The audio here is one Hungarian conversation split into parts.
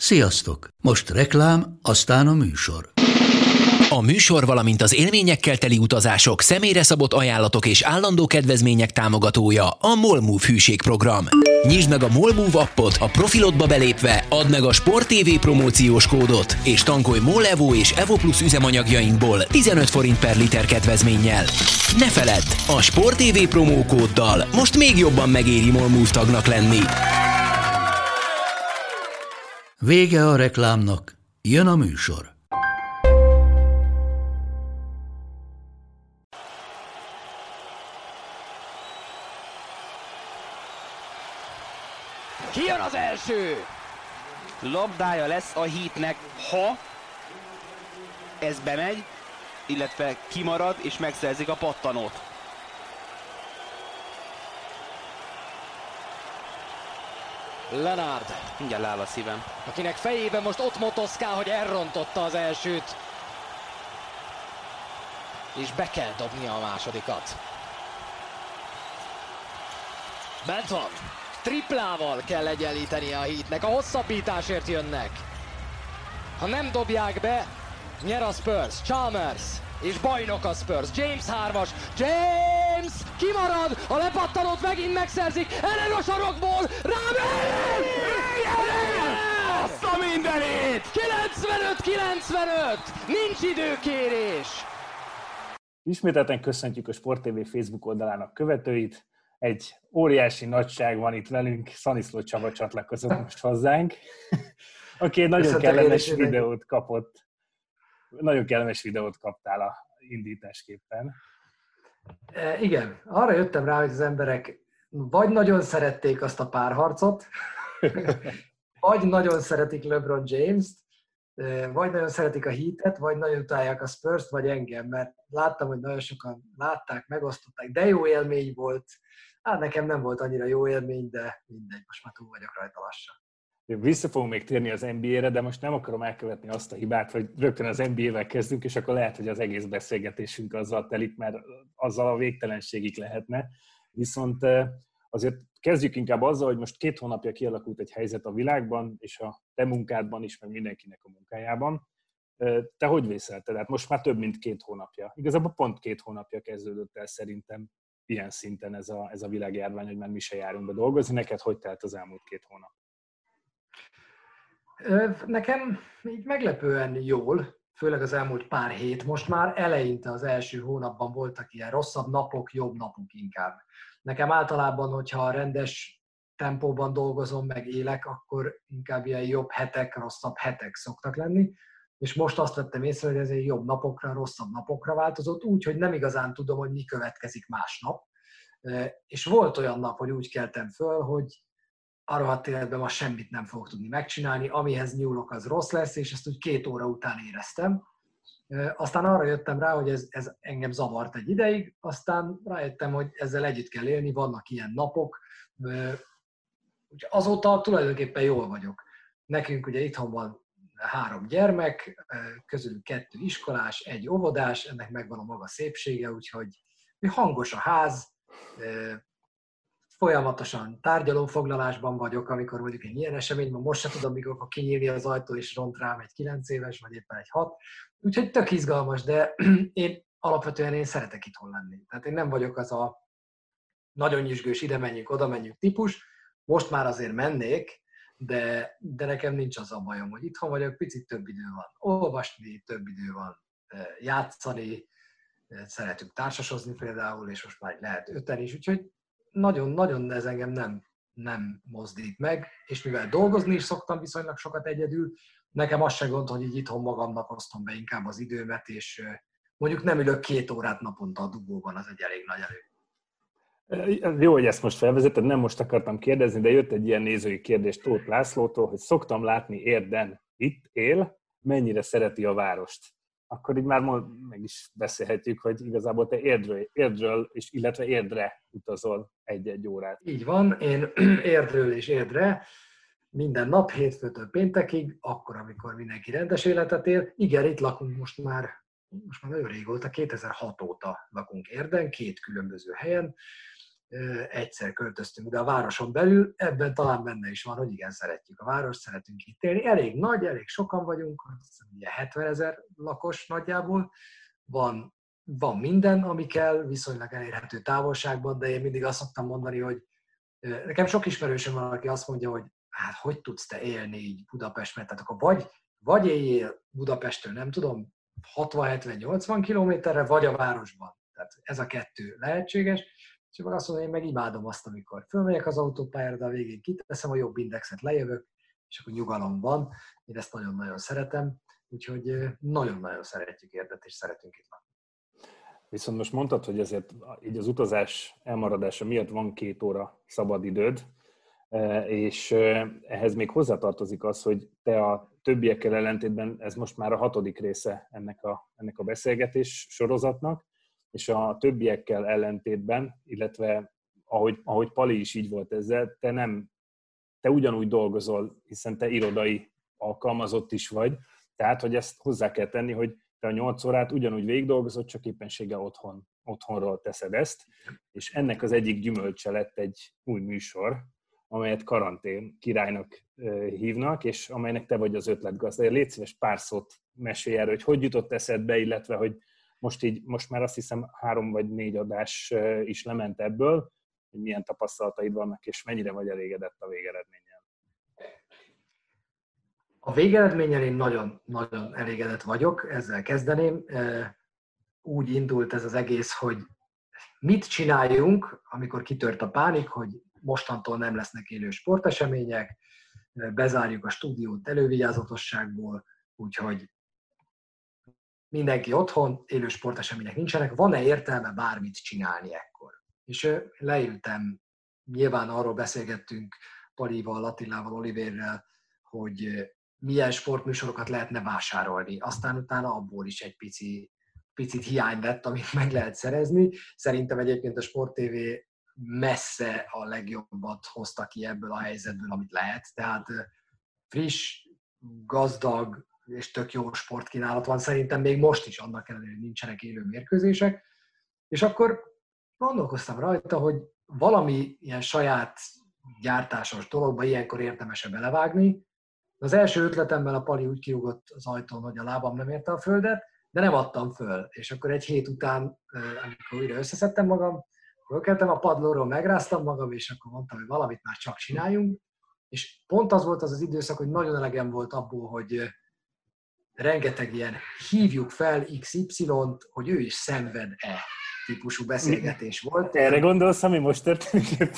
Sziasztok! Most reklám, aztán a műsor. A műsor, valamint az élményekkel teli utazások, személyre szabott ajánlatok és állandó kedvezmények támogatója a MOL Move hűségprogram. Nyisd meg a MOL Move appot, a profilodba belépve add meg a Sport TV promóciós kódot, és tankolj MOL Evo és Evo Plus üzemanyagjainkból 15 forint per liter kedvezménnyel. Ne feledd, a Sport TV promókóddal most még jobban megéri MOL Move tagnak lenni. Vége a reklámnak, jön a műsor. Ki jön az első? Labdája lesz a Heatnek, ha ez bemegy, illetve kimarad és megszerzik a pattanót. Leonard, Mindjárt leáll a szívem. akinek fejében most ott motoszkál, hogy elrontotta az elsőt. És be kell dobnia a másodikat. Bent van. Triplával kell egyenlíteni a Heatnek. A hosszabbításért jönnek. Ha nem dobják be, nyer a Spurs. Chalmers és bajnok a Spurs. James 3-as. James kimarad. A lepattanót megint megszerzik. Ellen a sarokból. Rámegy! Azt a mindenit! 95-95! Nincs időkérés! Ismételten köszöntjük a Sport TV Facebook oldalának követőit. Egy óriási nagyság van itt velünk, Szaniszló Csaba csatlakozott most hozzánk, aki egy nagyon kellemes videót kapott. Nagyon kellemes videót kaptál a indításképpen. Igen, arra jöttem rá, hogy az emberek vagy nagyon szerették azt a párharcot, vagy nagyon szeretik LeBron James-t, vagy nagyon szeretik a Heatet, vagy nagyon utálják a Spurs-t, vagy engem, mert láttam, hogy nagyon sokan látták, megosztották, de jó élmény volt. Hát nekem nem volt annyira jó élmény, de mindegy, most már túl vagyok rajta lassan. Vissza fogunk még térni az NBA-re, de most nem akarom elkövetni azt a hibát, hogy rögtön az NBA-vel kezdünk, és akkor lehet, hogy az egész beszélgetésünk azzal telik, mert azzal a végtelenségig lehetne. Viszont azért kezdjük inkább azzal, hogy most 2 hónapja kialakult egy helyzet a világban, és a te munkádban is, meg mindenkinek a munkájában. Te hogy vészelted? Hát most már több mint 2 hónapja. Igazából pont 2 hónapja kezdődött el szerintem ilyen szinten ez a világjárvány, hogy már mi se járunk be dolgozni. Neked hogy telt az elmúlt 2 hónap? Nekem így meglepően jól, főleg az elmúlt pár hét. Most már eleinte az első hónapban voltak ilyen rosszabb napok, jobb napok inkább. Nekem általában, hogyha rendes tempóban dolgozom, meg élek, akkor inkább ilyen jobb hetek, rosszabb hetek szoktak lenni. És most azt vettem észre, hogy ez egy jobb napokra, rosszabb napokra változott, úgy, hogy nem igazán tudom, hogy mi következik másnap. És volt olyan nap, hogy úgy keltem föl, hogy a rohadt életben ma semmit nem fogok tudni megcsinálni, amihez nyúlok, az rossz lesz, és ezt úgy 2 óra után éreztem. Aztán arra jöttem rá, hogy ez engem zavart egy ideig, aztán rájöttem, hogy ezzel együtt kell élni, vannak ilyen napok. Azóta tulajdonképpen jól vagyok. Nekünk ugye itthon van 3 gyermek, közülük 2 iskolás, 1 óvodás, ennek megvan a maga szépsége, úgyhogy hangos a ház, folyamatosan tárgyalófoglalásban vagyok, amikor mondjuk egy ilyen esemény van, most sem tudom, mikor fog kinyílni az ajtó, és ront rám egy 9 éves, vagy éppen egy 6. Úgyhogy tök izgalmas, de én alapvetően szeretek itthon lenni. Tehát én nem vagyok az a nagyon nyüzsgős, ide menjünk, oda menjünk típus. Most már azért mennék, de nekem nincs az a bajom, hogy itthon vagyok, picit több idő van olvasni, több idő van játszani, szeretünk társasozni például, és most már lehet 5-en is, úgyhogy nagyon ez engem nem mozdít meg, és mivel dolgozni is szoktam viszonylag sokat egyedül, nekem az se gond, hogy így itthon magamnak osztom be inkább az időmet, és mondjuk nem ülök 2 órát naponta a dugóban, az egy elég nagy elő. Jó, hogy ezt most felvezeted, nem most akartam kérdezni, de jött egy ilyen nézői kérdés Tóth Lászlótól, hogy szoktam látni Érden, itt él, mennyire szereti a várost. Akkor így már meg is beszélhetjük, hogy igazából te Érdről és illetve Érdre utazol 1-1 órát. Így van, én Érdről és Érdre minden nap, hétfőtől péntekig, akkor, amikor mindenki rendes életet él. Igen, itt lakunk most már nagyon régóta, 2006 óta lakunk Érden, 2 különböző helyen. egyszer költöztünk, de a városon belül ebben talán benne is van, hogy igen, szeretjük a várost, szeretünk itt élni. Elég nagy, elég sokan vagyunk, ugye 70 000 lakos nagyjából, van minden, ami kell, viszonylag elérhető távolságban, de én mindig azt szoktam mondani, hogy nekem sok ismerősöm van, aki azt mondja, hogy hát hogy tudsz te élni így Budapestben, tehát akkor vagy éljél Budapesttől, nem tudom, 60-70-80 kilométerre, vagy a városban. Tehát ez a kettő lehetséges. És akkor azt mondom, én meg imádom azt, amikor fölmegyek az autópályára, de a végén kiteszem a jobb indexet, lejövök, és akkor nyugalom van. Én ezt nagyon-nagyon szeretem, úgyhogy nagyon-nagyon szeretjük Érdet, és szeretünk itt lakni. Viszont most mondtad, hogy ezért így az utazás elmaradása miatt van 2 óra szabadidőd, és ehhez még hozzátartozik az, hogy te a többiekkel ellentétben, ez most már a 6. része ennek a beszélgetés sorozatnak, és a többiekkel ellentétben, illetve ahogy Pali is így volt ezzel, te ugyanúgy dolgozol, hiszen te irodai alkalmazott is vagy, tehát, hogy ezt hozzá kell tenni, hogy te a 8 órát ugyanúgy végig dolgozott, csak éppenséggel otthonról teszed ezt, és ennek az egyik gyümölcse lett egy új műsor, amelyet Karantén Királynak hívnak, és amelynek te vagy az ötletgazdája. Légy szíves, pár szót mesélj erről, hogy jutott eszedbe, illetve hogy most már azt hiszem 3 vagy 4 adás is lement ebből, hogy milyen tapasztalataid vannak, és mennyire vagy elégedett a végeredménnyel. A végeredménnyel én nagyon-nagyon elégedett vagyok, ezzel kezdeném. Úgy indult ez az egész, hogy mit csináljunk, amikor kitört a pánik, hogy mostantól nem lesznek élő sportesemények, bezárjuk a stúdiót elővigyázatosságból, úgyhogy mindenki otthon, élő sportesemények nincsenek, van-e értelme bármit csinálni ekkor? És leültem, nyilván arról beszélgettünk Palival, Attilával, Olivérrel, hogy milyen sportműsorokat lehetne vásárolni. Aztán utána abból is egy picit hiány lett, amit meg lehet szerezni. Szerintem egyébként a Sport TV messze a legjobbat hozta ki ebből a helyzetből, amit lehet. Tehát friss, gazdag és tök jó sportkínálat van. Szerintem még most is, annak ellenére, hogy nincsenek élő mérkőzések. És akkor gondolkoztam rajta, hogy valami ilyen saját gyártásos dologba ilyenkor érdemes belevágni. Az első ötletemmel a Pali úgy kirúgott az ajtón, hogy a lábam nem érte a földet, de nem adtam föl. És akkor egy hét után, amikor újra összeszedtem magam, fölkeltem a padlóról, megráztam magam, és akkor mondtam, hogy valamit már csak csináljunk. És pont az volt az időszak, hogy nagyon elegem volt abból, hogy rengeteg ilyen hívjuk fel XY-t, hogy ő is szenved-e típusú beszélgetés volt. Erre gondolsz, ami most történik?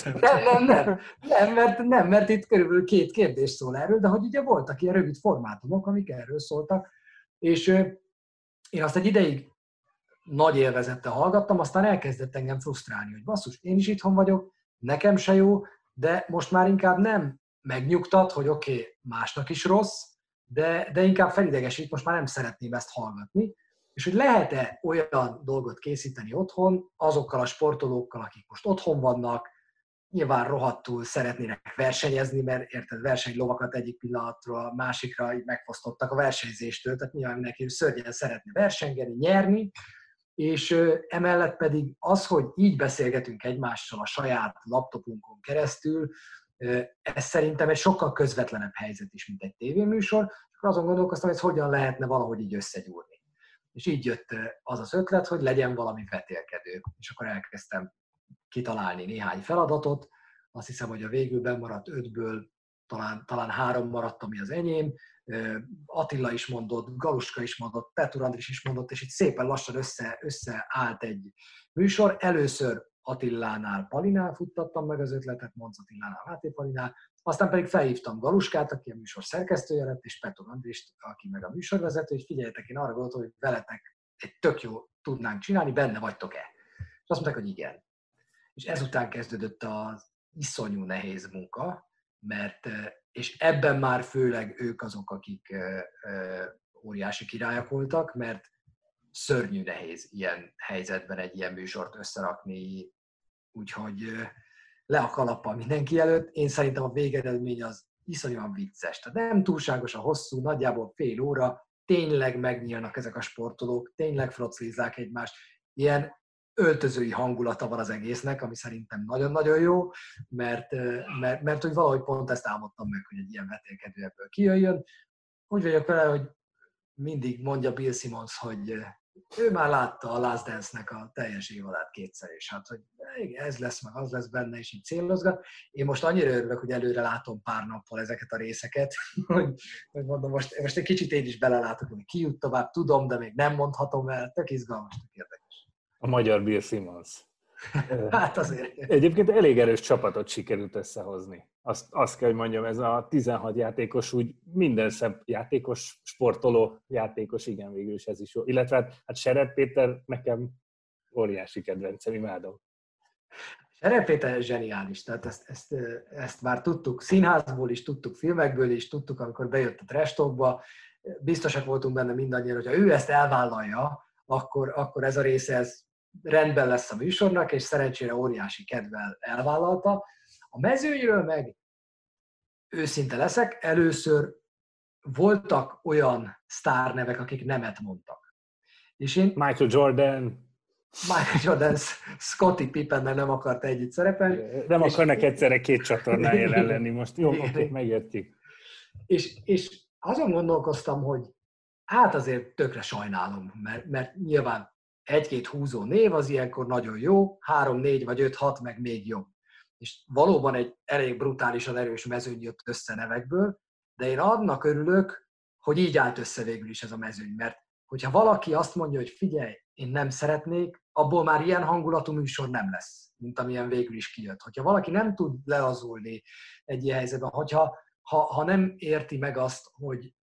Nem, mert itt körülbelül 2 kérdés szól erről, de hogy ugye voltak ilyen rövid formátumok, amik erről szóltak, és én azt egy ideig nagy élvezettel hallgattam, aztán elkezdett engem frusztrálni, hogy basszus, én is itthon vagyok, nekem se jó, de most már inkább nem megnyugtat, hogy oké, másnak is rossz, de inkább felidegesít, most már nem szeretném ezt hallgatni, és hogy lehet-e olyan dolgot készíteni otthon azokkal a sportolókkal, akik most otthon vannak, nyilván rohadtul szeretnének versenyezni, mert érted, versenylovakat egyik pillanatról a másikra megfosztottak a versenyzéstől, tehát nyilván mindenki szörnyen szeretne versengeni, nyerni, és emellett pedig az, hogy így beszélgetünk egymással a saját laptopunkon keresztül, ez szerintem egy sokkal közvetlenebb helyzet is, mint egy tévéműsor, és akkor azon gondolkoztam, hogy ez hogyan lehetne valahogy így összegyúrni. És így jött az az ötlet, hogy legyen valami vetélkedő. És akkor elkezdtem kitalálni néhány feladatot. Azt hiszem, hogy a végül bennmaradt 5-ből talán 3 maradt, ami az enyém. Attila is mondott, Galuska is mondott, Petur Andris is mondott, és itt szépen lassan összeállt egy műsor. Először Attilánál, Palinál futtattam meg az ötletet, Monc Attilánál, Máté Palinál, aztán pedig felhívtam Galuskát, aki a műsor szerkesztője lett, és Petur Andrist, aki meg a műsorvezető, és figyeljetek, én arra gondoltam, hogy veletek egy tök jó tudnánk csinálni, benne vagytok-e? És azt mondták, hogy igen. És ezután kezdődött az iszonyú nehéz munka, mert, és ebben már főleg ők azok, akik óriási királyok voltak, mert szörnyű nehéz ilyen helyzetben egy ilyen műsort összerakni, úgyhogy le a kalappal mindenki előtt. Én szerintem a végeredmény az iszonyúan vicces. Tehát nem túlságosan hosszú, nagyjából fél óra, tényleg megnyílnak ezek a sportolók, tényleg froclizzák egymást. Ilyen öltözői hangulata van az egésznek, ami szerintem nagyon-nagyon jó, mert hogy valahogy pont ezt álmodtam meg, hogy egy ilyen vetélkedő ebből kijöjjön. Úgy vagyok vele, hogy mindig mondja Bill Simmons, hogy ő már látta a Last Dance-nek a teljes évadát kétszer, és hát, hogy igen, ez lesz, meg az lesz benne, és így célozgat. Én most annyira örülök, hogy előre látom pár nappal ezeket a részeket, hogy mondom, most egy kicsit én is belelátok, hogy ki jut tovább, tudom, de még nem mondhatom el, tök izgalmas, tök érdekes. A magyar Bill Simmons. Hát azért. Egyébként elég erős csapatot sikerült összehozni. Azt kell, hogy mondjam, ez a 16 játékos, úgy minden szebb játékos, sportoló játékos, igen, végül is ez is jó. Illetve hát Sered Péter nekem óriási kedvencem, imádom. Sered Péter zseniális, tehát ezt már tudtuk színházból is, tudtuk filmekből is, tudtuk, amikor bejött a Trash Talkba. Biztosak voltunk benne mindannyian, hogyha ő ezt elvállalja, akkor ez a része ez rendben lesz a műsornak, és szerencsére óriási kedvel elvállalta. A mezőnyről meg őszinte leszek, először voltak olyan sztárnevek, akik nemet mondtak. És én Michael Jordan, Scottie Pippennel nem akart együtt szerepelni. Nem akarnak egyszerre két csatornán jelen lenni most. Jó, oké, megértjük. És azon gondolkoztam, hogy hát azért tökre sajnálom, mert nyilván egy-két húzó név az ilyenkor nagyon jó, 3, 4 vagy 5, 6 meg még jobb. És valóban egy elég brutálisan erős mezőny jött össze nevekből, de én annak örülök, hogy így állt össze végül is ez a mezőny, mert hogyha valaki azt mondja, hogy figyelj, én nem szeretnék, abból már ilyen hangulatú műsor nem lesz, mint amilyen végül is kijött. Hogyha valaki nem tud leazulni egy ilyen helyzetben, ha nem érti meg azt, hogy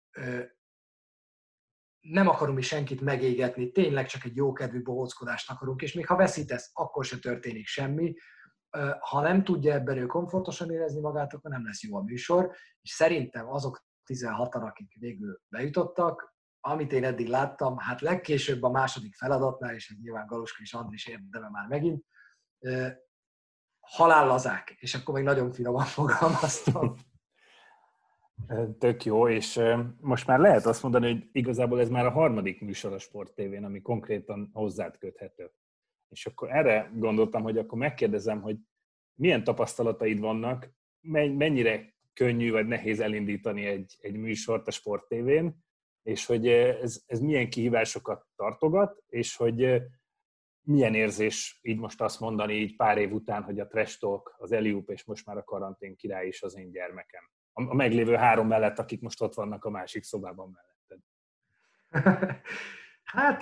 nem akarunk mi senkit megégetni, tényleg csak egy jókedvű bohóckodást akarunk, és még ha veszítesz, akkor se történik semmi. Ha nem tudja ebben ő komfortosan érezni magát, akkor nem lesz jó a műsor, és szerintem azok 16-an, akik végül bejutottak, amit én eddig láttam, hát legkésőbb a második feladatnál, és ez nyilván Galuska és Andris érdeme már megint, halállazák, és akkor még nagyon finoman fogalmaztam. Tök jó, és most már lehet azt mondani, hogy igazából ez már a harmadik műsor a Sport TV-n, ami konkrétan hozzád köthető. És akkor erre gondoltam, hogy akkor megkérdezem, hogy milyen tapasztalataid vannak, mennyire könnyű vagy nehéz elindítani egy műsort a Sport TV-n, és hogy ez milyen kihívásokat tartogat, és hogy milyen érzés így most azt mondani így pár év után, hogy a Trash Talk, az Eliup és most már a Karantén Király is az én gyermekem. A meglévő 3 mellett, akik most ott vannak a másik szobában melletted. Hát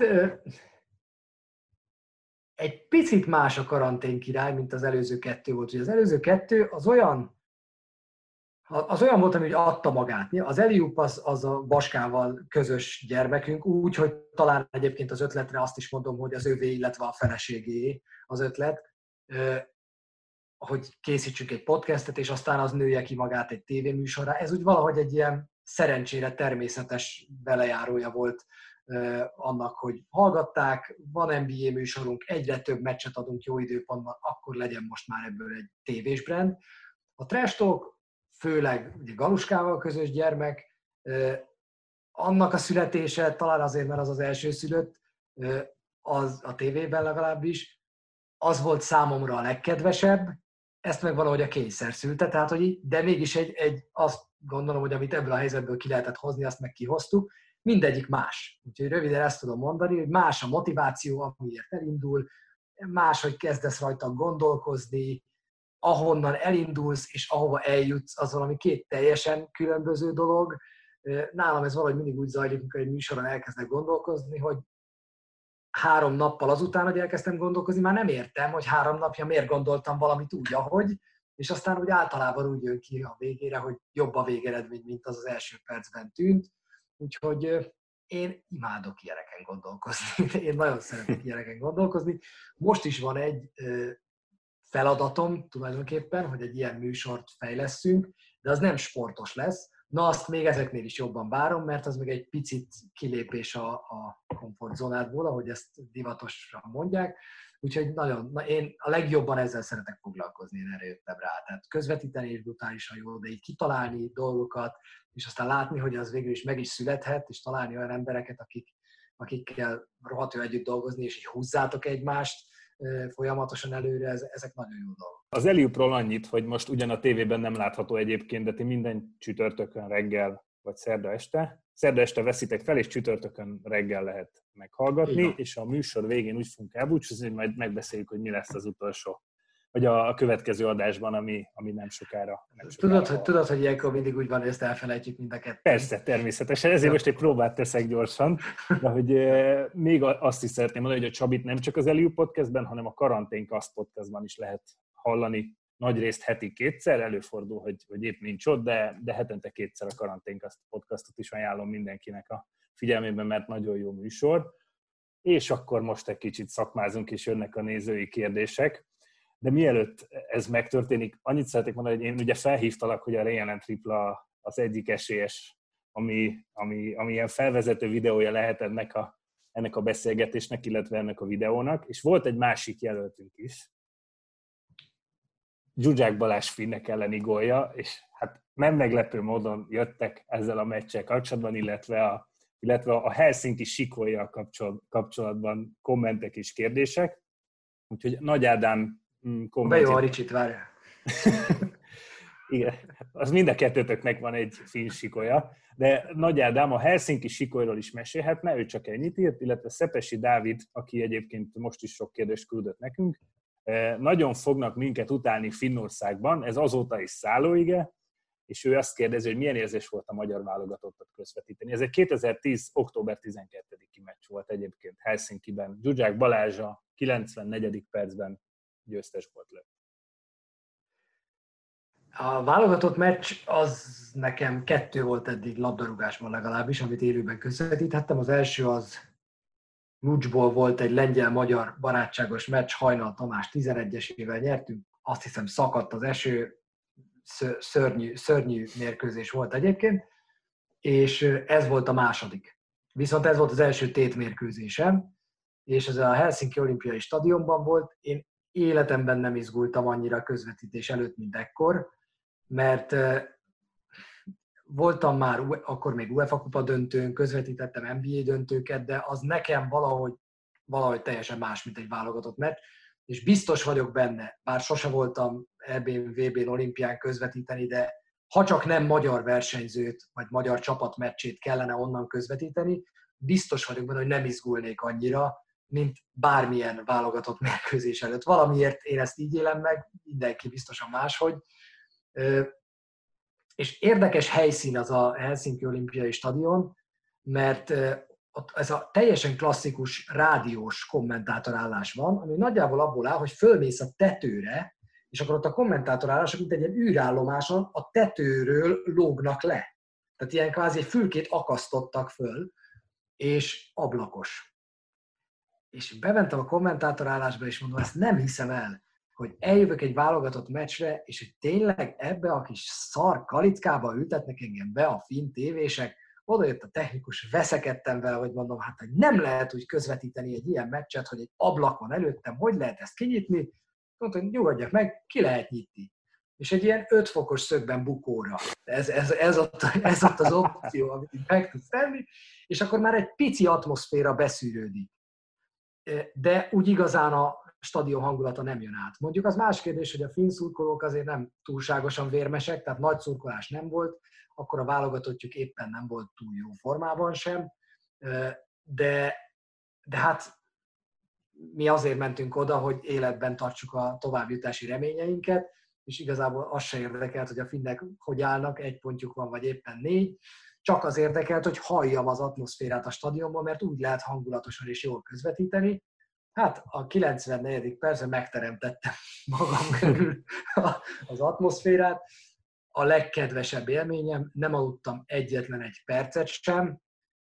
egy picit más a Karantén Király, mint az előző 2 volt. Ugye az előző 2 az olyan volt, ami adta magát. Az Eliup az a Baskával közös gyermekünk, úgy, hogy talán egyébként az ötletre azt is mondom, hogy az övé, illetve a feleségé az ötlet, hogy készítsünk egy podcastet, és aztán az nője ki magát egy tévéműsorra. Ez úgy valahogy egy ilyen szerencsére természetes belejárója volt annak, hogy hallgatták, van NBA műsorunk, egyre több meccset adunk jó időpontban, akkor legyen most már ebből egy tévés brand. A Trash Talk, főleg ugye Galuskával közös gyermek, annak a születése, talán azért, mert az az első szülött, az a tévében legalábbis, az volt számomra a legkedvesebb, ezt meg valahogy a kényszer szülte, tehát, hogy de mégis azt gondolom, hogy amit ebből a helyzetből ki lehetett hozni, azt meg kihoztuk, mindegyik más. Úgyhogy röviden ezt tudom mondani, hogy más a motiváció, amiért elindul, más, hogy kezdesz rajta gondolkozni, ahonnan elindulsz és ahova eljutsz, az valami 2 teljesen különböző dolog. Nálam ez valahogy mindig úgy zajlik, amikor egy műsoron elkezdek gondolkozni, hogy 3 nappal azután, hogy elkezdtem gondolkozni, már nem értem, hogy 3 napja miért gondoltam valamit úgy, ahogy, és aztán úgy általában úgy jön ki a végére, hogy jobb a végeredmény, mint az első percben tűnt. Úgyhogy én imádok ilyeneken gondolkozni. Én nagyon szeretek ilyeneken gondolkozni. Most is van egy feladatom tulajdonképpen, hogy egy ilyen műsort fejlesszünk, de az nem sportos lesz. Na, azt még ezeknél is jobban várom, mert az meg egy picit kilépés a komfortzónádból, ahogy ezt divatosan mondják. Úgyhogy én a legjobban ezzel szeretek foglalkozni, én erre jöttem rá. Tehát közvetíteni is brutálisan jó, de így kitalálni dolgokat, és aztán látni, hogy az végül is meg is születhet, és találni olyan embereket, akikkel rohadt jó együtt dolgozni, és így húzzátok egymást, folyamatosan előre, ezek nagyon jó dolgok. Az Eliupról annyit, hogy most ugyan a tévében nem látható egyébként, de ti minden csütörtökön reggel vagy szerda este veszitek fel, és csütörtökön reggel lehet meghallgatni, és a műsor végén úgy fogunk elbúcsúzni, hogy majd megbeszéljük, hogy mi lesz az utolsó, vagy a következő adásban, ami nem sokára. Tudod, hogy ilyenkor mindig úgy van, hogy ezt elfelejtjük mind a kettőt. Persze, természetesen. Ezért most egy próbát teszek gyorsan, de hogy még azt is szeretném mondani, hogy a Csabit nem csak az Eliup podcastben, hanem a Karanténkast podcastban is lehet hallani. Nagyrészt heti 2-szer, előfordul, hogy épp nincs ott, de hetente 2-szer a Karanténkast podcastot is ajánlom mindenkinek a figyelmében, mert nagyon jó műsor. És akkor most egy kicsit szakmázunk, és jönnek a nézői kérdések. De mielőtt ez megtörténik, annyit szeretnék mondani, hogy én ugye felhívtalak, hogy a Real tripla az egyik esélyes, ami ilyen felvezető videója lehet ennek a beszélgetésnek, illetve ennek a videónak, és volt egy másik jelöltünk is, Zsuzsák Balázs finnek elleni gólja, és hát nem meglepő módon jöttek ezzel a meccsel kapcsolatban, illetve a Helsinki Sikolyjal kapcsolatban kommentek és kérdések. Úgyhogy Nagy Ádám kommentjét... Bejó a Ricsit, várjál. Igen, az mind a kettőtöknek van egy finn Sikolya, de Nagy Ádám a Helsinki Sikolyról is mesélhetne, ő csak ennyit írt, illetve Szepesi Dávid, aki egyébként most is sok kérdést küldött nekünk, nagyon fognak minket utálni Finnországban, ez azóta is szállóige, és ő azt kérdezi, hogy milyen érzés volt a magyar válogatottat közvetíteni. Ez egy 2010. október 12-i meccs volt egyébként Helsinkiben. Zsuzsák Balázs a 94. percben győztes volt lett. A válogatott meccs az nekem 2 volt eddig labdarúgásban legalábbis, amit élőben közvetíthettem. Az első az Lucsból volt egy lengyel-magyar barátságos meccs, Hajnal Tamás 11-esével nyertünk, azt hiszem szakadt az eső, szörnyű mérkőzés volt egyébként, és ez volt a második. Viszont ez volt az első tétmérkőzésem, és ez a Helsinki Olimpiai Stadionban volt. Én életemben nem izgultam annyira közvetítés előtt, mint ekkor, mert voltam már, akkor még UEFA kupa döntőn, közvetítettem NBA döntőket, de az nekem valahogy teljesen más, mint egy válogatott meccs, és biztos vagyok benne, bár sose voltam EB-n, VB-n, olimpián közvetíteni, de ha csak nem magyar versenyzőt, vagy magyar csapat meccsét kellene onnan közvetíteni, biztos vagyok benne, hogy nem izgulnék annyira, mint bármilyen válogatott mérkőzés előtt. Valamiért én ezt így élem meg, mindenki biztosan máshogy. És érdekes helyszín az a Helsinki Olimpiai Stadion, mert ott ez a teljesen klasszikus rádiós kommentátorállás van, ami nagyjából abból áll, hogy fölmész a tetőre, és akkor ott a kommentátorállások, mint egy ilyen űrállomáson, a tetőről lógnak le. Tehát ilyen kvázi fülkét akasztottak föl, és ablakos. És bementem a kommentátorállásba, és mondom, ezt nem hiszem el, hogy eljövök egy válogatott meccsre, és hogy tényleg ebbe a kis szar kalickába ültetnek engem be a finn tévések, oda jött a technikus, veszekedtem vele, hogy mondom, hát hogy nem lehet úgy közvetíteni egy ilyen meccset, hogy egy ablak van előttem, hogy lehet ezt kinyitni? Mondtam, hogy nyugodjak meg, ki lehet nyitni. És egy ilyen 5 fokos szögben bukóra. Ez ott az opció, amit így meg tudsz tenni, és akkor már egy pici atmoszféra beszűrődik. De úgy igazán a stadion hangulata nem jön át. Mondjuk az más kérdés, hogy a finn szurkolók azért nem túlságosan vérmesek, tehát nagy szurkolás nem volt, akkor a válogatottjuk éppen nem volt túl jó formában sem, de hát mi azért mentünk oda, hogy életben tartsuk a továbbjutási reményeinket, és igazából az se érdekelt, hogy a finnek hogy állnak, 1 pontjuk van, vagy éppen 4, csak az érdekelt, hogy halljam az atmoszférát a stadionban, mert úgy lehet hangulatosan és jól közvetíteni. Hát a 94. percben megteremtettem magam körül az atmoszférát. A legkedvesebb élményem, nem aludtam egyetlen egy percet sem.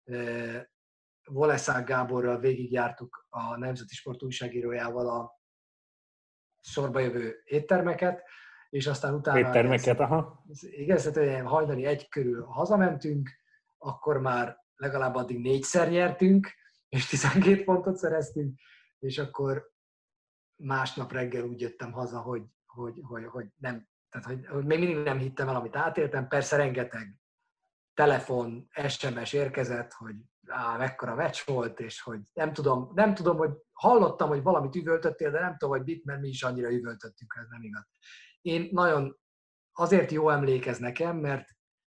Voleszák Gáborral végigjártuk a Nemzeti Sport újságírójával a sorba jövő éttermeket, és aztán utána... Éttermeket, aha. Igen, szóval hajnali 1 körül hazamentünk, akkor már legalább addig 4-szer nyertünk, és 12 pontot szereztünk, és akkor másnap reggel úgy jöttem haza, hogy nem, tehát hogy még mindig nem hittem el, amit átéltem. Persze rengeteg telefon, SMS érkezett, hogy mekkora meccs volt, és hogy nem tudom, hogy hallottam, hogy valamit üvöltöttél, de nem tudom, hogy mit, mert mi is annyira üvöltöttünk, ez nem igaz. Én nagyon, azért jó emlék ez nekem, mert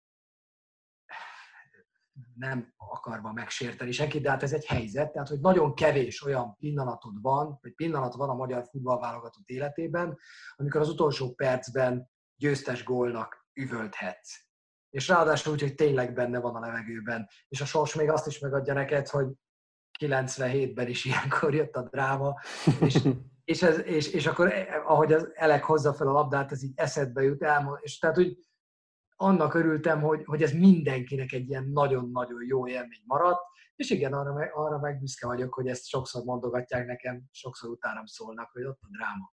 nem akarva megsérteni senkit, de hát ez egy helyzet, tehát hogy nagyon kevés olyan pillanat van a magyar futballválogatott életében, amikor az utolsó percben győztes gólnak üvölthetsz. És ráadásul úgy, hogy tényleg benne van a levegőben. És a sors még azt is megadja neked, hogy 97-ben is ilyenkor jött a dráma, és akkor, ahogy az Elek hozza fel a labdát, ez így eszedbe jut, és tehát, hogy annak örültem, hogy ez mindenkinek egy ilyen nagyon-nagyon jó élmény maradt, és igen, arra meg büszke vagyok, hogy ezt sokszor mondogatják nekem, sokszor utánam szólnak, hogy ott a dráma.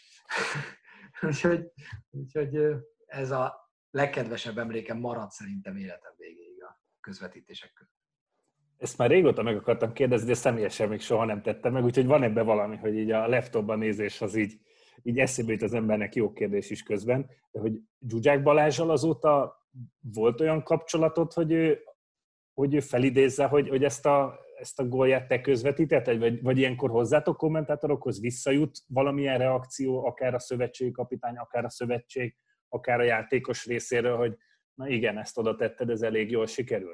úgyhogy ez a legkedvesebb emlékem maradt szerintem életem végéig a közvetítések között. Ezt már régóta meg akartam kérdezni, de személyesen még soha nem tettem meg, úgyhogy van ebben valami, hogy így a laptopban nézés az így eszébe jut az embernek, jó kérdés is közben, de hogy Zsuzsák Balázsral azóta volt olyan kapcsolatod, hogy ő felidézze, hogy ezt a gólját te közvetítetted, vagy ilyenkor hozzátok kommentátorokhoz visszajut valamilyen reakció, akár a szövetségi kapitány, akár a szövetség, akár a játékos részéről, hogy na igen, ezt oda tetted, ez elég jól sikerült?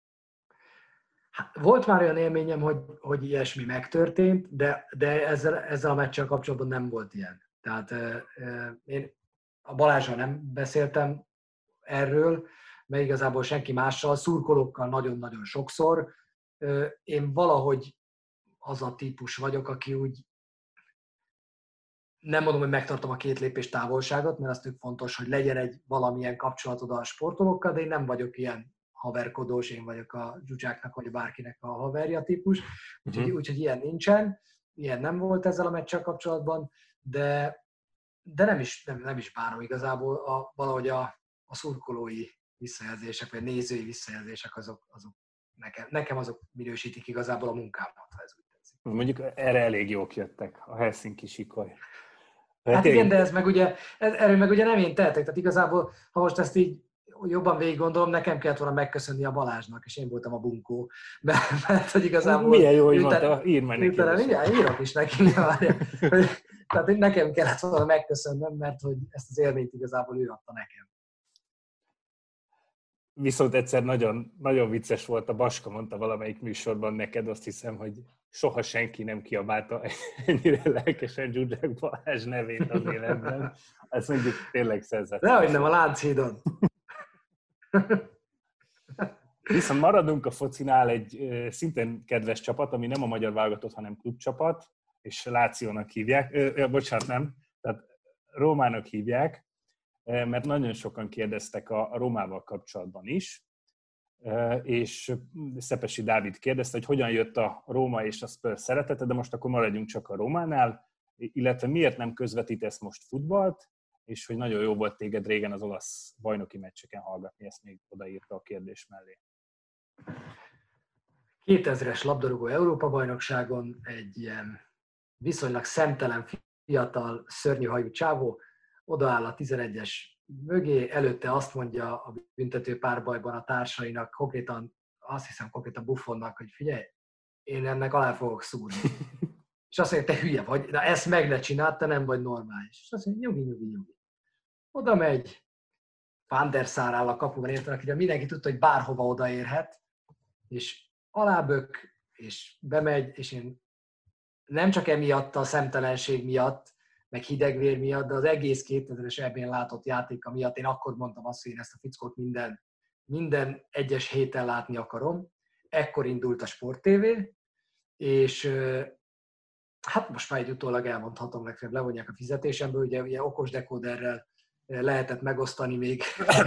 Volt már olyan élményem, hogy ilyesmi megtörtént, de ezzel a meccsel kapcsolatban nem volt ilyen. Tehát én a Balázsral nem beszéltem erről, mert igazából senki mással, szurkolókkal nagyon-nagyon sokszor. Én valahogy az a típus vagyok, aki úgy nem mondom, hogy megtartom a 2 lépés távolságot, mert az tök fontos, hogy legyen egy valamilyen kapcsolatod a sportolókkal, de én nem vagyok ilyen haverkodós, én vagyok a Zsuzsáknak vagy bárkinek a haverja típus, úgyhogy ilyen nincsen, ilyen nem volt ezzel a meccsel kapcsolatban, de nem is bánom igazából, valahogy a szurkolói visszajelzések, vagy nézői visszajelzések azok nekem azok minősítik igazából a munkámat, ha ez úgy tetszik. Mondjuk erre elég jók jöttek, a Helsinki sikoly. Hát igen, de erről meg ugye nem én tehetek, tehát igazából, ha most ezt így jobban végig gondolom, nekem kellett volna megköszönni a Balázsnak, és én voltam a bunkó. Mert hogy igazából... Milyen jó, hogy mondta, írd meg neki. Igen, írok is neki. Tehát nekem kellett volna megköszönnöm, mert hogy ezt az élményt igazából ő adta nekem. Viszont egyszer nagyon, nagyon vicces volt, a Baska mondta valamelyik műsorban neked, azt hiszem, hogy soha senki nem kiabálta ennyire lelkesen Zsuzsák Balázs nevét az életben. Ez mondjuk tényleg szenzációs. Dehogy nem, a Lánchídon. Viszont maradunk a focinál egy szintén kedves csapat, ami nem a magyar válogatott, hanem klubcsapat, és Lációnak hívják, bocsánat, nem, tehát Rómának hívják, mert nagyon sokan kérdeztek a Rómával kapcsolatban is, és Szepesi Dávid kérdezte, hogy hogyan jött a Róma és a Spurs szeretete, de most akkor maradjunk csak a Rómánál, illetve miért nem közvetítesz most futballt, és hogy nagyon jó volt téged régen az olasz bajnoki meccseken hallgatni, ezt még odaírta a kérdés mellé. 2000-es labdarúgó Európa-bajnokságon egy ilyen viszonylag szemtelen, fiatal, szörnyűhajú csávó odaáll a 11-es mögé, előtte azt mondja a büntető párbajban a társainak, azt hiszem konkrétan Buffonnak, hogy figyelj, én ennek alá fogok szúrni. És azt mondja, te hülye vagy, de ezt meg ne csináld, te nem vagy normális. És azt mondja, nyugi. Oda megy, Van der Sar áll a kapuban, értenek, hogy mindenki tudta, hogy bárhova odaérhet, és alábök, és bemegy, és én nem csak emiatt a szemtelenség miatt, meg hidegvér miatt, de az egész 2000-es EB-n látott játéka miatt én akkor mondtam azt, hogy én ezt a fickót minden egyes héten látni akarom. Ekkor indult a Sport TV, és hát most már egy utólag elmondhatom, legfeljebb levonják a fizetésemből, ugye okos dekóderrel lehetett megosztani még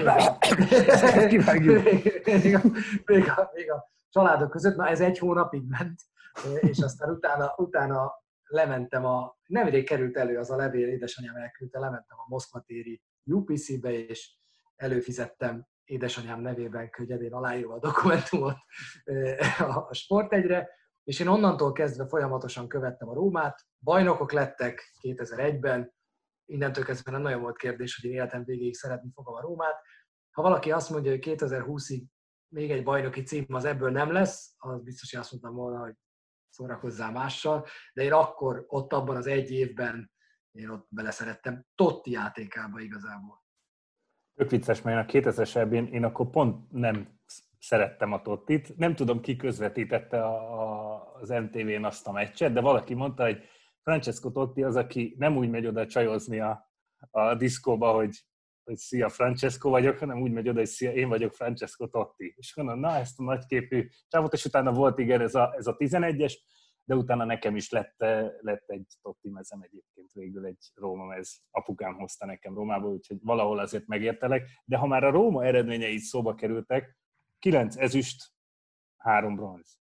a családok között. Na ez egy hónapig ment, és aztán utána lementem nemrég került elő az a levél, édesanyám elküldte, lementem a Moszkva téri UPC-be, és előfizettem édesanyám nevében könnyedén aláírva a dokumentumot a Sport1-re, és én onnantól kezdve folyamatosan követtem a Rómát, bajnokok lettek 2001-ben, innentől kezdve nem nagyon volt kérdés, hogy én életem végéig szeretni fogom a Rómát. Ha valaki azt mondja, hogy 2020-ig még egy bajnoki cím az ebből nem lesz, az biztos, hogy azt mondtam volna, hogy szórakozzál mással, de én akkor ott abban az egy évben én ott beleszerettem Totti játékába igazából. Tök vicces, mert a 2000-es EB-n én akkor pont nem szerettem a Tottit. Nem tudom, ki közvetítette az MTV-n azt a meccset, de valaki mondta, hogy Francesco Totti az, aki nem úgy megy oda csajozni a diszkóba, hogy szia, Francesco vagyok, hanem úgy megy oda, hogy szia, én vagyok Francesco Totti. És mondom, na, ezt a nagyképű csávot, és utána volt igen ez a 11-es, de utána nekem is lett egy Totti mezem egyébként végül, egy Róma mez. Apukám hozta nekem Rómából, úgyhogy valahol azért megértelek. De ha már a Róma eredményei szóba kerültek, 9 ezüst, 3 bronz.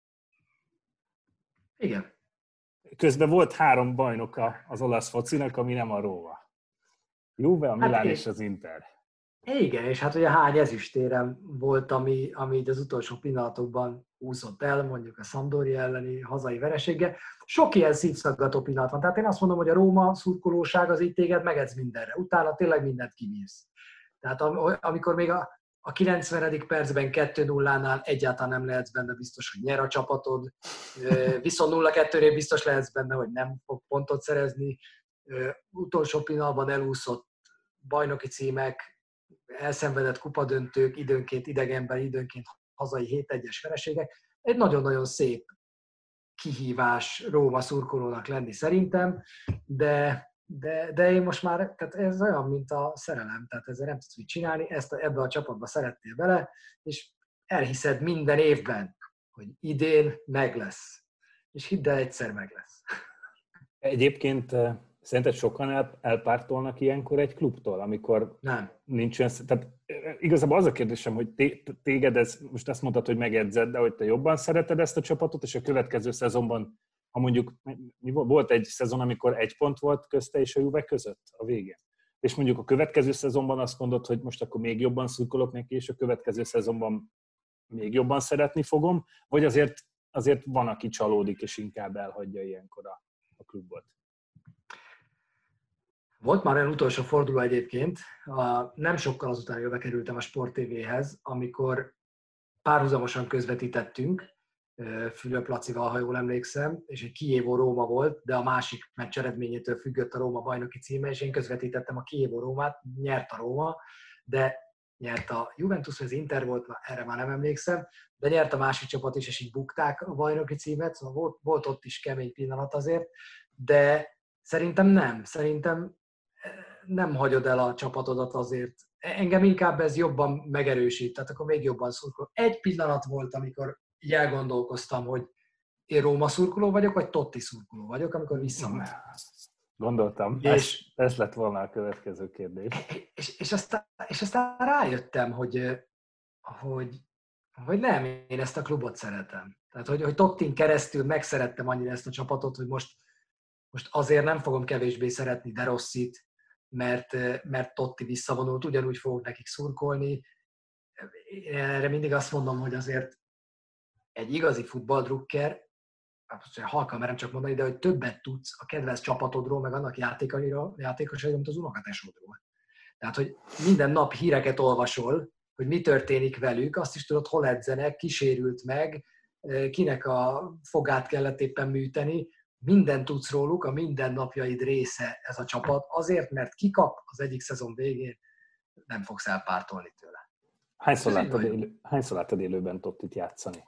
Igen. Közben volt 3 bajnoka az olasz focinak, ami nem a Róma. Juve, a Milán és az Inter. Igen, és hát ugye hány ezüstérem volt, ami így az utolsó pillanatokban úszott el, mondjuk a Sampdoria elleni hazai vereséggel. Sok ilyen szívszaggató pillanat van. Tehát én azt mondom, hogy a Róma szurkolóság az így téged megedz mindenre. Utána tényleg mindent kibírsz. Tehát amikor még a 90. percben 2-0-nál egyáltalán nem lehetsz benne biztos, hogy nyer a csapatod, viszont 0-2-nél biztos lehetsz benne, hogy nem fog pontot szerezni, utolsó pillanatban elúszott bajnoki címek, elszenvedett kupadöntők, időnként idegenben, időnként hazai 7-1-es vereségek. Egy nagyon-nagyon szép kihívás Róma szurkolónak lenni szerintem, de én most már, tehát ez olyan, mint a szerelem, tehát ezzel nem tudsz mit csinálni, ebbe a csapatba szerettél bele, és elhiszed minden évben, hogy idén meg lesz. És hidd el, egyszer meg lesz. Egyébként szerinted sokan elpártolnak ilyenkor egy klubtól, amikor nem. Nincs olyan... Tehát igazából az a kérdésem, hogy téged most azt mondtad, hogy megedzed, de hogy te jobban szereted ezt a csapatot, és a következő szezonban, ha mondjuk volt egy szezon, amikor 1 pont volt közte és a Juve között a végén, és mondjuk a következő szezonban azt mondod, hogy most akkor még jobban szurkolok neki, és a következő szezonban még jobban szeretni fogom, vagy azért van, aki csalódik, és inkább elhagyja ilyenkor a klubot? Volt már olyan utolsó forduló egyébként, nem sokkal azután jöve kerültem a Sport TV-hez, amikor párhuzamosan közvetítettünk, Fülöp Lacival, ha jól emlékszem, és egy Kijévó Róma volt, de a másik meccs eredményétől függött a Róma bajnoki címe, és én közvetítettem a Kijévó Rómát, nyert a Róma, de nyert a Juventus, vagy az Inter volt, erre már nem emlékszem, de nyert a másik csapat is, és így bukták a bajnoki címet, szóval volt ott is kemény pillanat azért, de szerintem nem hagyod el a csapatodat azért. Engem inkább ez jobban megerősít, tehát akkor még jobban szurkolok. Egy pillanat volt, amikor így elgondolkoztam, hogy én Róma szurkoló vagyok, vagy Totti szurkoló vagyok, amikor visszament. Gondoltam, és ez lett volna a következő kérdés. És aztán rájöttem, hogy nem, én ezt a klubot szeretem. Tehát, hogy Tottin keresztül megszerettem annyira ezt a csapatot, hogy most azért nem fogom kevésbé szeretni De Rossit, mert Totti visszavonult, ugyanúgy fogok nekik szurkolni. Erre mindig azt mondom, hogy azért egy igazi futballdrukker, halkan merem csak mondani, de hogy többet tudsz a kedvenc csapatodról, meg annak játékosairól, mint az unokatesódról. Tehát, hogy minden nap híreket olvasol, hogy mi történik velük, azt is tudod, hol edzenek, kisérült meg, kinek a fogát kellett éppen műteni, mindent tudsz róluk, a mindennapjaid része ez a csapat, azért, mert kikap az egyik szezon végén, nem fogsz elpártolni tőle. Hányszor láttad élőben Tottit játszani?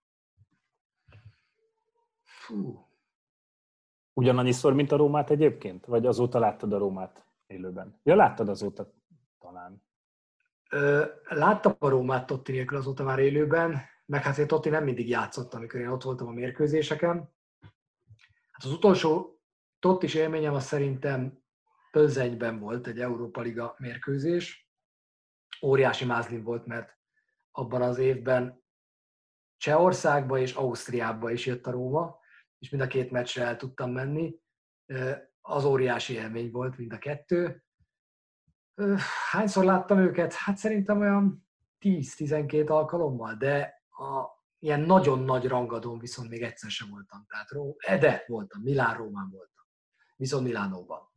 Ugyanannyiszor, mint a Rómát egyébként? Vagy azóta láttad a Rómát élőben? Ja, láttad azóta talán. Láttam a Rómát Totti nélkül azóta már élőben, meg hát Totti nem mindig játszott, amikor én ott voltam a mérkőzéseken. Hát az utolsó Tottis élményem az szerintem Plzenyben volt egy Európa Liga mérkőzés. Óriási mázlim volt, mert abban az évben Csehországba és Ausztriába is jött a Róma, és mind a 2 meccsre el tudtam menni. Az óriási élmény volt mind a 2. Hányszor láttam őket? Hát szerintem olyan 10-12 alkalommal, de ilyen nagyon nagy rangadón viszont még egyszer sem voltam. Tehát de voltam, Milán-Rómán voltam. Viszont Milánóban.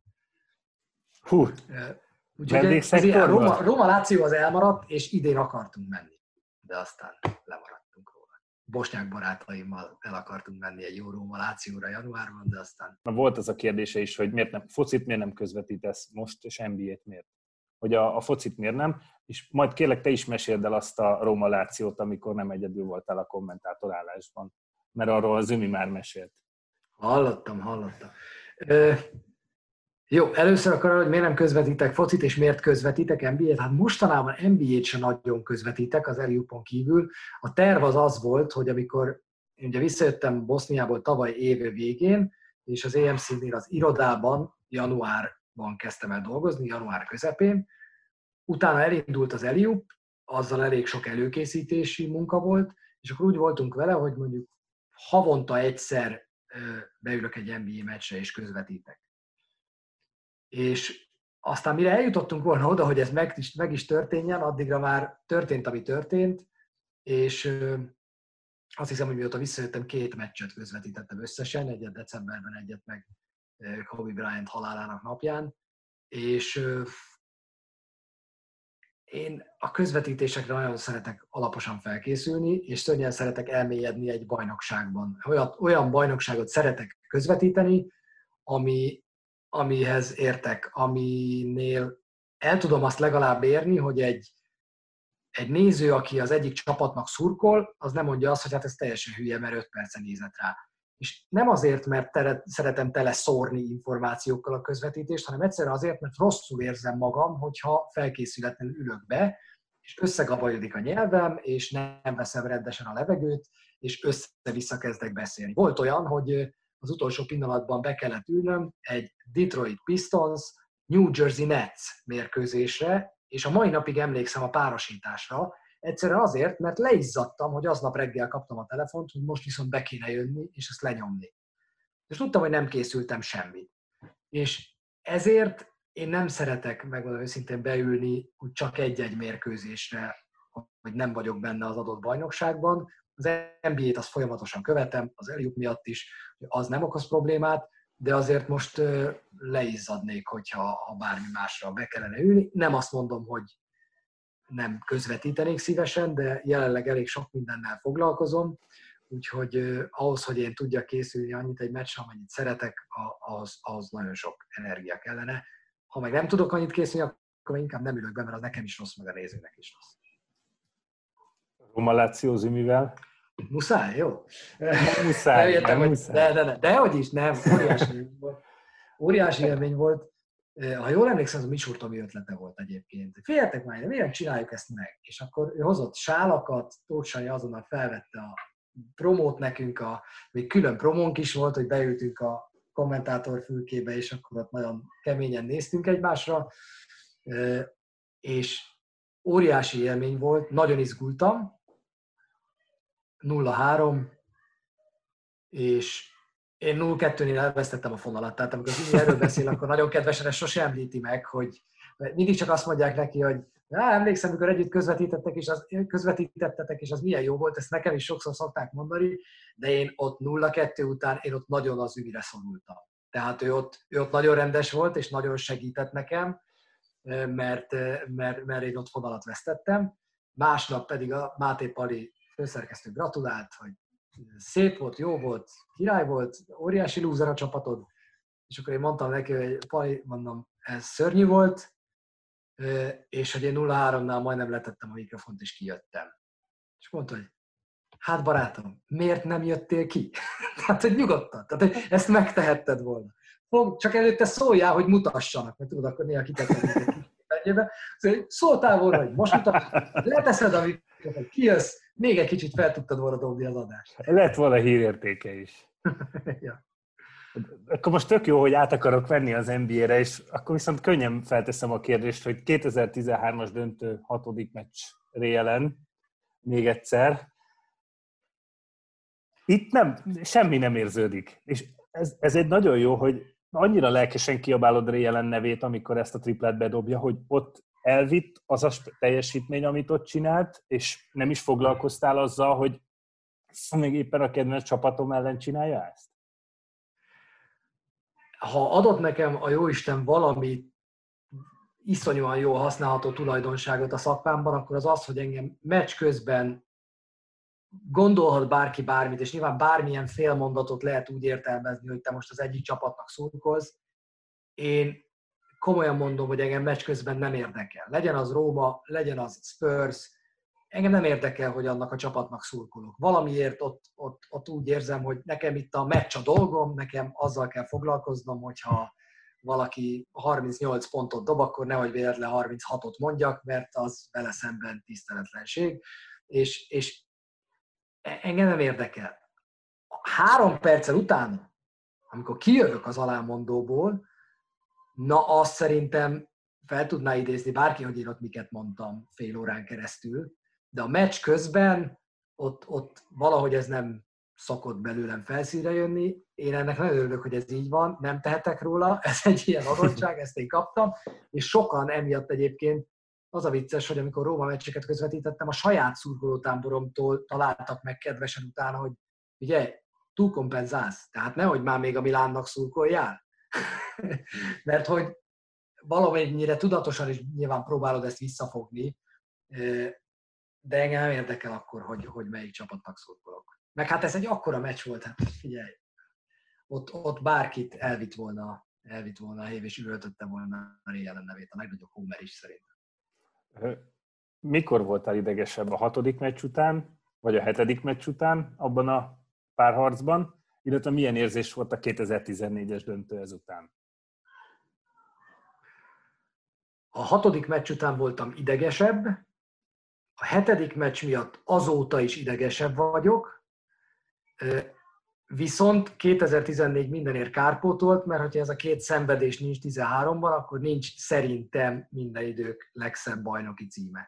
Úgyhogy Róma Láció az elmaradt, és idén akartunk menni. de aztán lemaradtunk róla. Bosnyák barátaimmal el akartunk menni egy jó Róma Lációra januárban, de aztán... Na, volt az a kérdése is, hogy focit miért nem közvetítesz most, és NBA-t miért? Hogy a focit miért nem, és majd kérlek te is meséld el azt a Róma Lációt, amikor nem egyedül voltál a kommentátorálásban, mert arról az Zümi már mesélt. Hallottam. Jó, először akkor, hogy miért nem közvetítek focit, és miért közvetítek NBA-t? Hát mostanában NBA-t sem nagyon közvetítek az Eliupon kívül. A terv az volt, hogy amikor én ugye visszajöttem Boszniából tavaly év végén, és az EMC-nél az irodában januárban kezdtem el dolgozni, január közepén. Utána elindult az Eliup, azzal elég sok előkészítési munka volt, és akkor úgy voltunk vele, hogy mondjuk havonta egyszer beülök egy NBA meccsre és közvetítek. És aztán mire eljutottunk volna oda, hogy ez meg is történjen, addigra már történt, ami történt, és azt hiszem, hogy mióta visszajöttem, 2 meccset közvetítettem összesen, egyet decemberben, egyet meg Kobe Bryant halálának napján, és én a közvetítésekre nagyon szeretek alaposan felkészülni, és szörnyen szeretek elmélyedni egy bajnokságban. Olyan bajnokságot szeretek közvetíteni, amihez értek, aminél el tudom azt legalább érni, hogy egy néző, aki az egyik csapatnak szurkol, az nem mondja azt, hogy hát ez teljesen hülye, mert 5 percen nézett rá. És nem azért, mert szeretem tele szórni információkkal a közvetítést, hanem egyszerűen azért, mert rosszul érzem magam, hogyha felkészületlenül ülök be, és összegabajodik a nyelvem, és nem veszem rendesen a levegőt, és össze-vissza kezdek beszélni. Volt olyan, hogy az utolsó pillanatban be kellett ülnöm egy Detroit Pistons New Jersey Nets mérkőzésre, és a mai napig emlékszem a párosításra, egyszerűen azért, mert leizzadtam, hogy aznap reggel kaptam a telefont, hogy most viszont be kéne jönni, és ezt lenyomni. És tudtam, hogy nem készültem semmit. És ezért én nem szeretek, megmondom őszintén, beülni úgy csak egy-egy mérkőzésre, hogy nem vagyok benne az adott bajnokságban. Az NBA-t azt folyamatosan követem, az Eliup miatt is, az nem okoz problémát, de azért most leizzadnék, hogyha bármi másra be kellene ülni. Nem azt mondom, hogy nem közvetítenék szívesen, de jelenleg elég sok mindennel foglalkozom, úgyhogy ahhoz, hogy én tudjak készülni annyit egy meccsre, amennyit szeretek, az nagyon sok energia kellene. Ha meg nem tudok annyit készülni, akkor inkább nem ülök be, mert az nekem is rossz, meg a nézőnek is rossz. Róma Láció Zümivel? Muszáj, jó? Muszáj. Dehogy is, nem. Óriási élmény volt. Ha jól emlékszem, az a Micsúr Tomi ötlete volt egyébként. Figyeljetek már, miért csináljuk ezt meg? És akkor ő hozott sálakat, Tóth Sanyi azonnal felvette a promót nekünk, még külön promónk is volt, hogy beültünk a kommentátor fülkébe, és akkor ott nagyon keményen néztünk egymásra. És óriási élmény volt, nagyon izgultam, 0-3, és én 0-2-nél elvesztettem a fonalat. Tehát amikor az erről beszél, akkor nagyon kedvesen ezt sose említi meg, hogy mindig csak azt mondják neki, hogy emlékszem, amikor együtt közvetítettetek, és az milyen jó volt, ezt nekem is sokszor szokták mondani, de én ott 0-2 után, én ott nagyon az Ümire szorultam. Tehát ő ott nagyon rendes volt, és nagyon segített nekem, mert én ott fonalat vesztettem. Másnap pedig a Máté Pali főszerkesztő gratulált, hogy szép volt, jó volt, király volt, óriási lúzer a csapatod. És akkor én mondtam neki, hogy Pali, mondom, ez szörnyű volt, és hogy én 0-3-nál majdnem letettem a mikrofont, és kijöttem. És mondta, hogy hát barátom, miért nem jöttél ki? Tehát, hogy nyugodtan. Tehát, hogy ezt megtehetted volna. Csak előtte szóljál, hogy mutassanak, mert tudod, akkor néha kitettem egyébe. Szóltál volna, hogy most mutassanak, leteszed a mikrofont, kijössz, még egy kicsit fel tudtad volna dobni az adást. Lett volna hírértéke is. Ja. Akkor most tök jó, hogy át akarok venni az NBA-re, és akkor viszont könnyen felteszem a kérdést, hogy 2013-as döntő 6. meccs Réjelen, még egyszer. Itt semmi nem érződik. És ez egy nagyon jó, hogy annyira lelkesen kiabálod Réjelen nevét, amikor ezt a triplát bedobja, hogy ott elvitt az a teljesítmény, amit ott csinált, és nem is foglalkoztál azzal, hogy még éppen a kedvenc csapatom ellen csinálja ezt? Ha adott nekem a Jóisten valami iszonyúan jól használható tulajdonságot a szakmámban, akkor az az, hogy engem meccs közben gondolhat bárki bármit, és nyilván bármilyen félmondatot lehet úgy értelmezni, hogy te most az egyik csapatnak szurkolsz. Én komolyan mondom, hogy engem meccs közben nem érdekel. Legyen az Róma, legyen az Spurs, engem nem érdekel, hogy annak a csapatnak szurkolok. Valamiért ott úgy érzem, hogy nekem itt a meccs a dolgom, nekem azzal kell foglalkoznom, hogyha valaki 38 pontot dob, akkor nehogy véletlen 36-ot mondjak, mert az vele szemben tiszteletlenség. És engem nem érdekel. 3 perccel utána, amikor kijövök az alámondóból, na azt szerintem fel tudná idézni bárki, hogy én ott miket mondtam fél órán keresztül, de a meccs közben ott valahogy ez nem szokott belőlem felszínre jönni. Én ennek nagyon örülök, hogy ez így van, nem tehetek róla, ez egy ilyen adottság, ezt én kaptam, és sokan emiatt egyébként az a vicces, hogy amikor Róma meccseket közvetítettem, a saját szurkolótáboromtól találtak meg kedvesen utána, hogy ugye, túlkompenzálsz, tehát nehogy már még a Milánnak szurkoljál. Mert hogy valamennyire tudatosan is nyilván próbálod ezt visszafogni, de engem nem érdekel akkor, hogy melyik csapatnak szurkolok. Meg hát ez egy akkora meccs volt, hát figyelj, ott bárkit elvitt volna a hév, és üvöltötte volna a Réjelen nevét, a legnagyobb Homer is szerint. Mikor voltál idegesebb, a 6. meccs után, vagy a 7. meccs után abban a párharcban, illetve milyen érzés volt a 2014-es döntő ezután? A 6. meccs után voltam idegesebb, a 7. meccs miatt azóta is idegesebb vagyok, viszont 2014 mindenért kárpótolt, mert hogyha ez a 2 szenvedés nincs 13-ban, akkor nincs szerintem minden idők legszebb bajnoki címe.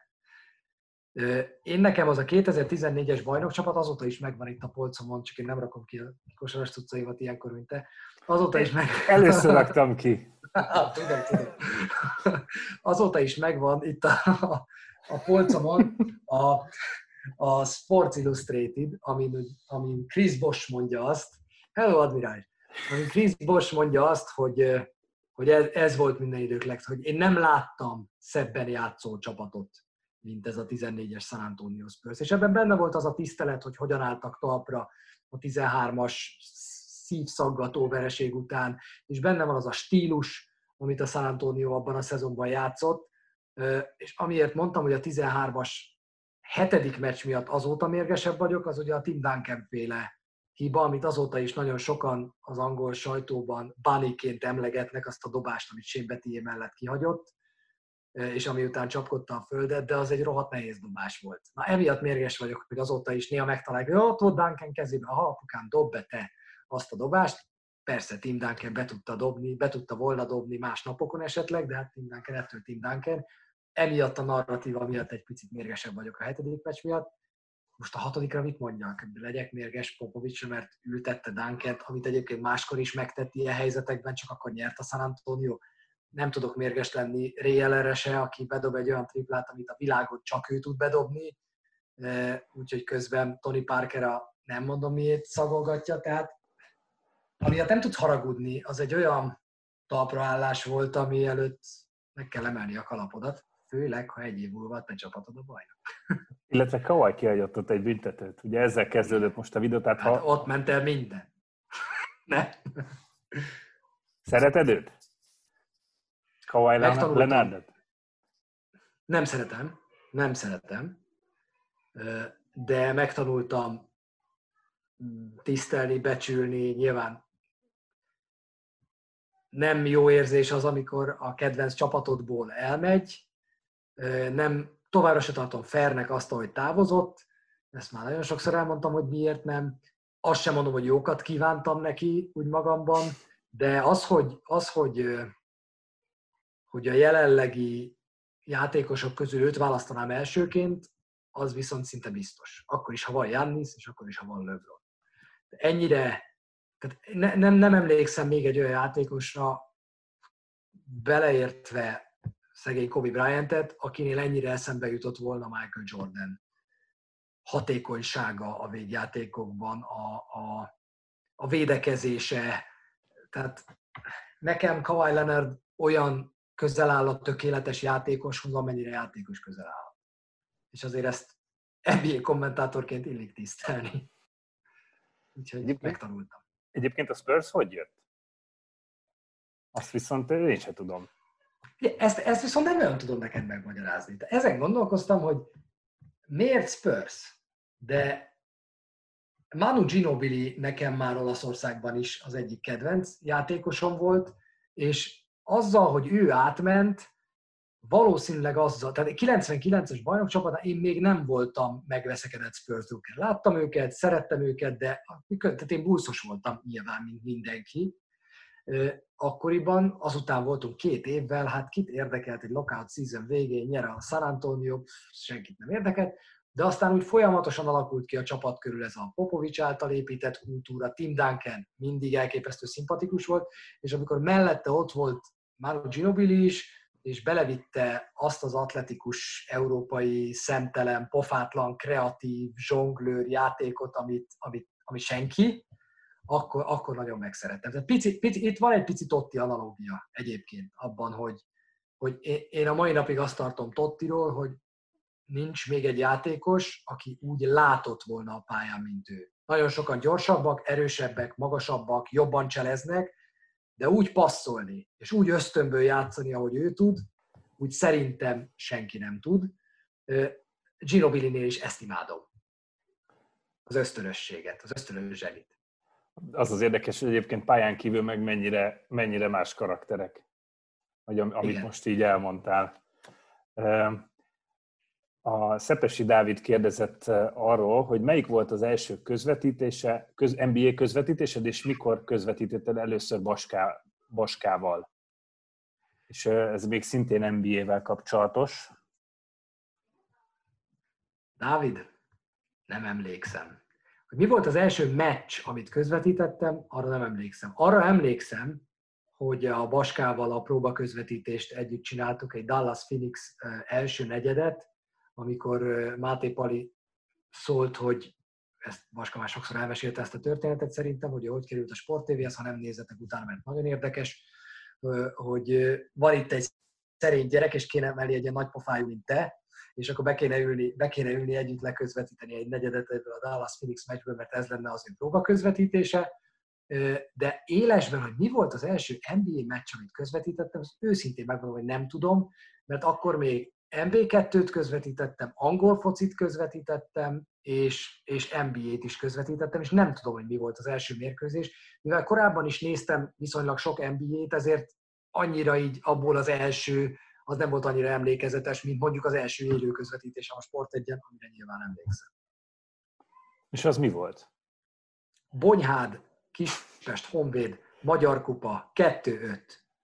Én nekem az a 2014-es bajnokcsapat azóta is megvan itt a polcomon, csak én nem rakom ki a kosaras cuccaimat ilyenkor, mint te. Azóta is Először raktam ki. Tudom. Azóta is megvan itt a polcomon a Sports Illustrated, amin Chris Bosh mondja azt, hello admirális, amin Chris Bosh mondja azt, hogy ez volt minden idők legszebb, hogy én nem láttam szebben játszó csapatot, mint ez a 14-es San Antonio Spurs. És ebben benne volt az a tisztelet, hogy hogyan álltak talpra a 13-as szívszaggató vereség után, és benne van az a stílus, amit a San Antonio abban a szezonban játszott, és amiért mondtam, hogy a 13-as 7. meccs miatt azóta mérgesebb vagyok, az ugye a Tim Duncan féle hiba, amit azóta is nagyon sokan az angol sajtóban Bunnyként emlegetnek, azt a dobást, amit Shane Battier mellett kihagyott, és ami után csapkodta a földet, de az egy rohadt nehéz dobás volt. Na emiatt mérges vagyok, hogy azóta is néha megtaláljuk, hogy ott volt Duncan kezében, ha apukám, dob be te azt a dobást. Persze Tim Duncan be tudta volna dobni más napokon esetleg, de hát Tim Duncan ettől Tim Duncan. Emiatt a narratíva miatt egy picit mérgesebb vagyok a 7. meccs miatt. Most a 6-ra mit mondjak? Legyek mérges Popovicsra, mert ültette Duncant, amit egyébként máskor is megtett ilyen helyzetekben, csak akkor nyert a San Antonio. Nem tudok mérges lenni Ray Allenre se, aki bedob egy olyan triplát, amit a világon csak ő tud bedobni. Úgyhogy közben Tony Parker nem mondom miért szagolgatja, tehát amiatt nem tud haragudni, az egy olyan talpraállás volt, ami előtt meg kell emelni a kalapodat, főleg, ha egy év múlva te csapatod a bajnok. Illetve Kawhi kihagyott ott egy büntetőt. Ugye ezzel kezdődött most a videó, tehát hát ott ment el minden. Ne? Szereted őt? Kawhi Leonardot? Nem szeretem, de megtanultam tisztelni, becsülni, nyilván nem jó érzés az, amikor a kedvenc csapatodból elmegy, nem, továbbra se tartom fairnek azt, hogy távozott, ezt már nagyon sokszor elmondtam, hogy miért nem, azt sem mondom, hogy jókat kívántam neki úgy magamban, de hogy a jelenlegi játékosok közül őt választanám elsőként, az viszont szinte biztos. Akkor is, ha van Giannis, és akkor is, ha van LeBron. Ennyire, tehát nem emlékszem még egy olyan játékosra, beleértve szegény Kobe Bryantet, akinél ennyire eszembe jutott volna Michael Jordan hatékonysága a végjátékokban, a védekezése. Tehát nekem Kawhi Leonard olyan közel áll a tökéletes játékoshoz, amennyire játékos közel áll. És azért ezt NBA kommentátorként illik tisztelni. Úgyhogy megtanultam. Egyébként a Spurs hogy jött? Azt viszont én sem tudom. Ezt viszont nem olyan tudom neked megmagyarázni. Ezen gondolkoztam, hogy miért Spurs? De Manu Ginobili nekem már Olaszországban is az egyik kedvenc játékosom volt, és azzal, hogy ő átment, valószínűleg azzal, tehát 99-es bajnokcsapatban én még nem voltam megveszekedett Spurs drukker. Láttam őket, szerettem őket, de tehát én buszos voltam nyilván, mint mindenki. Akkoriban, azután voltunk 2 évvel, hát kit érdekelt egy lockout season végén, nyer a San Antonio, senkit nem érdekelt, de aztán úgy folyamatosan alakult ki a csapat körül ez a Popovics által épített kultúra, Tim Duncan mindig elképesztő szimpatikus volt, és amikor mellette ott volt Manu Ginobili is, és belevitte azt az atletikus, európai, szemtelen, pofátlan, kreatív, zsonglőr játékot, amit senki, akkor nagyon megszerettem. Tehát itt van egy pici Totti analógia egyébként abban, hogy én a mai napig azt tartom Tottiról, hogy nincs még egy játékos, aki úgy látott volna a pályán, mint ő. Nagyon sokan gyorsabbak, erősebbek, magasabbak, jobban cseleznek, de úgy passzolni, és úgy ösztönből játszani, ahogy ő tud, úgy szerintem senki nem tud. Ginobilinél is ezt imádom. Az ösztönösséget, az ösztönös zsenit. Az érdekes, hogy egyébként pályán kívül meg mennyire más karakterek, amit igen, most így elmondtál. A Szepesi Dávid kérdezett arról, hogy melyik volt az első közvetítése, NBA közvetítésed, és mikor közvetítetted először Baskával. És ez még szintén NBA-vel kapcsolatos. Dávid, nem emlékszem. Hogy mi volt az első meccs, amit közvetítettem, arra nem emlékszem. Arra emlékszem, hogy a Baskával a próbaközvetítést együtt csináltuk, egy Dallas Phoenix első negyedet, amikor Máté Pali szólt, hogy ezt Baska már sokszor elmesélte ezt a történetet szerintem, hogy került a Sport TV-hez, ha nem nézzetek utána, mert nagyon érdekes, hogy van itt egy szerény gyerek, és kéne mellé egy ilyen nagy pofájú, mint te, és akkor be kéne ülni együtt leközvetíteni egy negyedet ebből a Dallas Phoenix meccsből, mert ez lenne az ő próbaközvetítése. De élesben, hogy mi volt az első NBA meccs, amit közvetítettem, azt őszintén megmondom, hogy nem tudom, mert akkor még NB2-t közvetítettem, angol focit közvetítettem, és NBA-t is közvetítettem, és nem tudom, hogy mi volt az első mérkőzés. Mivel korábban is néztem viszonylag sok NBA-t, ezért annyira így abból az első, az nem volt annyira emlékezetes, mint mondjuk az első élő közvetítés a Sport 1-en, amire nyilván emlékszem. És az mi volt? Bonyhád, Kispest, Honvéd, Magyar Kupa, 2-5.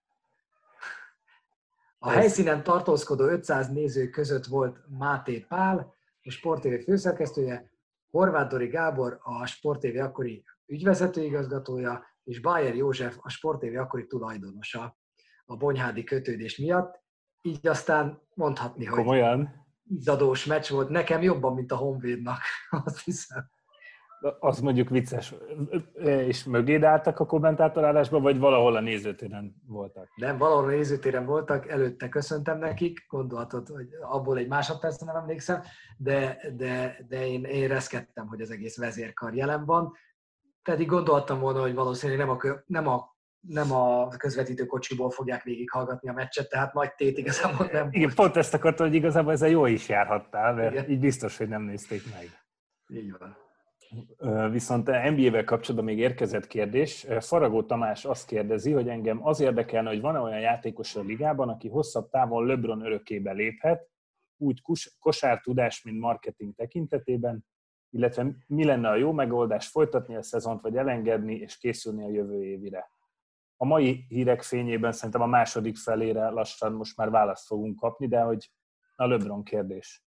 A helyszínen tartózkodó 500 néző között volt Máté Pál, a Sport TV főszerkesztője, Horváth Dori Gábor, a Sport TV akkori ügyvezetőigazgatója, és Bájer József, a Sport TV akkori tulajdonosa a bonyhádi kötődés miatt. Így aztán mondhatni, komolyan, hogy izzadós meccs volt. Nekem jobban, mint a Honvédnak, azt hiszem. Az mondjuk vicces. És mögéd álltak a kommentátorálásban, vagy valahol a nézőtéren voltak? Nem, valahol a nézőtéren voltak, előtte köszöntem nekik, gondolhatod, hogy abból egy másodpercre nem emlékszem, de én reszkedtem, hogy az egész vezérkar jelen van, pedig gondoltam volna, hogy valószínűleg nem a közvetítő kocsiból fogják végighallgatni a meccset, tehát nagy tét igazából nem volt. Igen, pont ezt akartam, hogy igazából ezzel jól is járhattál, mert igen, így biztos, hogy nem nézték meg. Így van. Viszont NBA-vel kapcsolatban még érkezett kérdés. Faragó Tamás azt kérdezi, hogy engem az érdekelne, hogy van-e olyan játékos a ligában, aki hosszabb távon LeBron örökébe léphet, úgy kosártudás, mint marketing tekintetében, illetve mi lenne a jó megoldás, folytatni a szezont, vagy elengedni és készülni a jövő évire. A mai hírek fényében szerintem a második felére lassan most már választ fogunk kapni, de hogy a LeBron kérdés.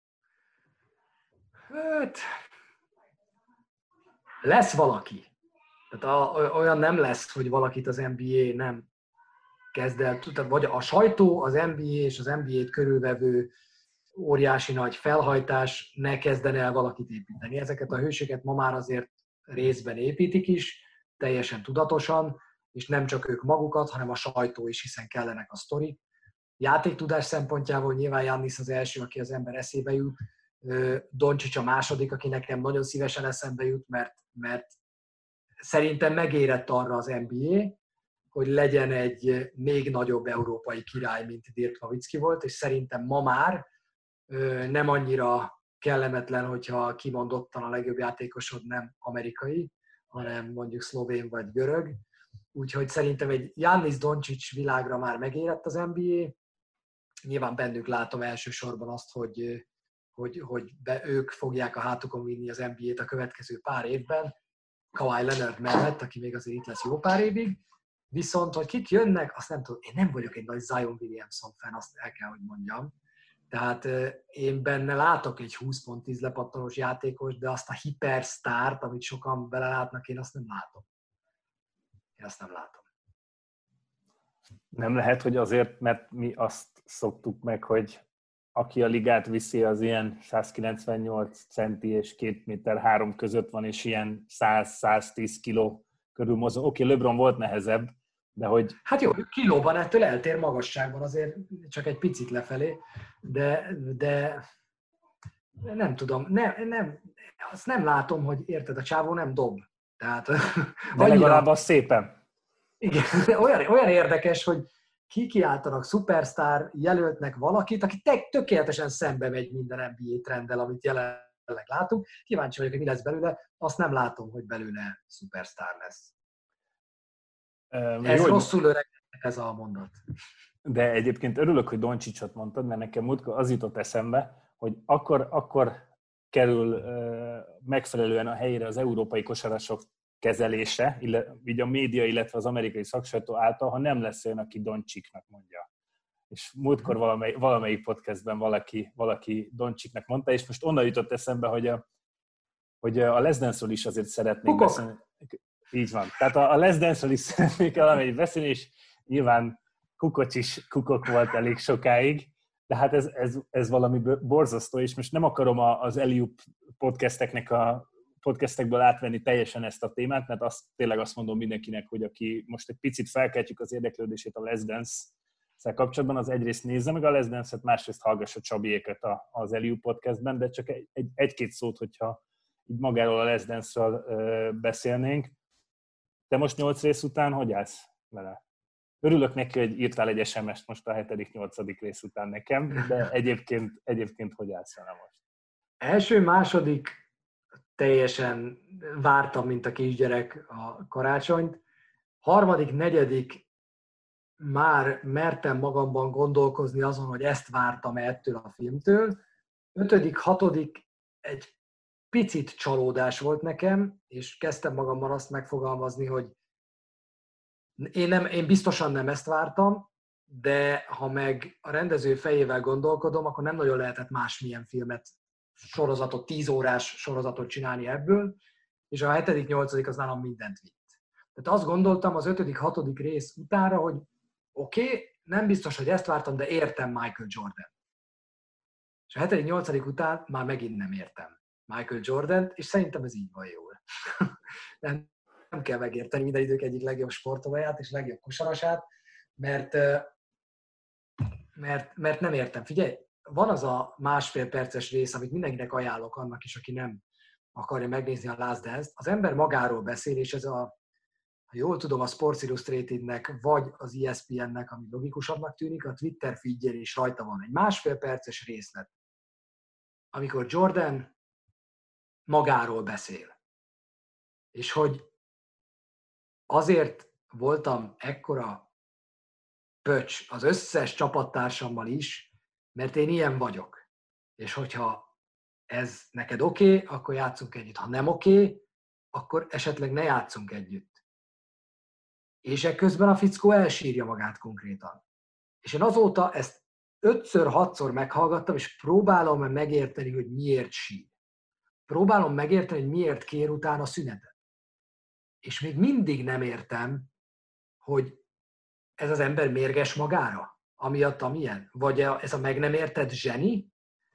Hát, lesz valaki. Tehát olyan nem lesz, hogy valakit az NBA nem kezd el, vagy a sajtó, az NBA és az NBA-t körülvevő óriási nagy felhajtás ne kezdene el valakit építeni. Ezeket a hősöket ma már azért részben építik is, teljesen tudatosan, és nem csak ők magukat, hanem a sajtó is, hiszen kellenek a sztorik. Játéktudás szempontjából nyilván Giannis az első, aki az ember eszébe jut, Doncic a második, aki nekem nagyon szívesen eszembe jut, mert szerintem megérett arra az NBA, hogy legyen egy még nagyobb európai király, mint Dirk Nowitzki volt, és szerintem ma már nem annyira kellemetlen, hogyha kimondottan a legjobb játékosod nem amerikai, hanem mondjuk szlovén vagy görög. Úgyhogy szerintem egy Giannis Doncic világra már megérett az NBA. Nyilván bennük látom elsősorban azt, hogy ők fogják a hátukon vinni az NBA-t a következő pár évben, Kawhi Leonard mellett, aki még azért itt lesz jó pár évig. Viszont, hogy kik jönnek, azt nem tudom. Én nem vagyok egy nagy Zion Williamson fan, azt el kell, hogy mondjam. Tehát én benne látok egy 20 pont 10 lepattanós játékos, de azt a hipersztárt, amit sokan belelátnak, én azt nem látom. Nem lehet, hogy azért, mert mi azt szoktuk meg, hogy aki a ligát viszi, az ilyen 198 centi és 2 méter 3 között van, és ilyen 100-110 kiló körül mozog. Oké, LeBron volt nehezebb, de hogy... Hát jó, kilóban ettől eltér magasságban, azért csak egy picit lefelé, de nem tudom, azt nem látom, hogy érted, a csávó nem dob. Tehát, de legalább az szépen. Igen, olyan érdekes, hogy kikiáltanak szupersztár jelöltnek valakit, aki tökéletesen szembe megy minden NBA trenddel, amit jelenleg látunk. Kíváncsi vagyok, hogy mi lesz belőle, azt nem látom, hogy belőle szupersztár lesz. Ez rosszul öregedett ez a mondat. De egyébként örülök, hogy Doncsicsot mondtad, mert nekem múltkor az jutott eszembe, hogy akkor kerül megfelelően a helyére az európai kosarasok kezelése, így a média, illetve az amerikai szaksajtó által, ha nem lesz olyan, aki Doncsiknak mondja. És múltkor valamelyik podcastben valaki Doncsiknak mondta, és most onnan jutott eszembe, hogy a Les Dance-ről is azért szeretnék beszélni. Így van. Tehát a Les Dance-ről is szeretnék valamelyik beszélni, és nyilván Kukoc is Kukok volt elég sokáig, de hát ez valami borzasztó, és most nem akarom az Eliup podcastekből átvenni teljesen ezt a témát, mert tényleg azt mondom mindenkinek, hogy aki most egy picit felkeltjük az érdeklődését a Les Dance-szel kapcsolatban, az egyrészt nézze meg a Les Dance-et, másrészt hallgassa Csabiéket az Eliup podcastben, de csak egy-két szót, hogyha így magáról a Les Dance-ről beszélnénk. Te most 8 rész után hogy állsz vele? Örülök neki, hogy írtál egy SMS-t most a 7.-8. rész után nekem, de egyébként hogy állsz vele most? Első, második teljesen vártam, mint a kisgyerek a karácsonyt. Harmadik, negyedik már mertem magamban gondolkozni azon, hogy ezt vártam ettől a filmtől. Ötödik, hatodik egy picit csalódás volt nekem, és kezdtem magamban azt megfogalmazni, hogy én biztosan nem ezt vártam, de ha meg a rendező fejével gondolkodom, akkor nem nagyon lehetett másmilyen filmet, sorozatot, 10 órás sorozatot csinálni ebből, és a 7., 8. az nálam mindent vitt. Tehát azt gondoltam az 5., 6. rész utánra, hogy oké, nem biztos, hogy ezt vártam, de értem Michael Jordan. És a 7., 8. után már megint nem értem Michael Jordan-t, és szerintem ez így van jól. Nem kell megérteni minden idők egyik legjobb sportolóját és legjobb kosarasát, mert nem értem. Figyelj, van az a 1,5 perces rész, amit mindenkinek ajánlok annak is, aki nem akarja megnézni a Last Dance-t. Az ember magáról beszél, és ez ha jól tudom, a Sports Illustratednek, vagy az ESPN-nek, ami logikusabbnak tűnik, a Twitter feedjén is rajta van egy 1,5 perces részlet, amikor Jordan magáról beszél. És hogy azért voltam ekkora pöcs az összes csapattársammal is, mert én ilyen vagyok. És hogyha ez neked oké, akkor játszunk együtt. Ha nem oké, akkor esetleg ne játszunk együtt. És ekközben a fickó elsírja magát konkrétan. És én azóta ezt 5-6-szor meghallgattam, és próbálom megérteni, hogy miért sír. Próbálom megérteni, hogy miért kér utána szünetet. És még mindig nem értem, hogy ez az ember mérges magára, amiatt amilyen. Vagy ez a meg nem értett zseni,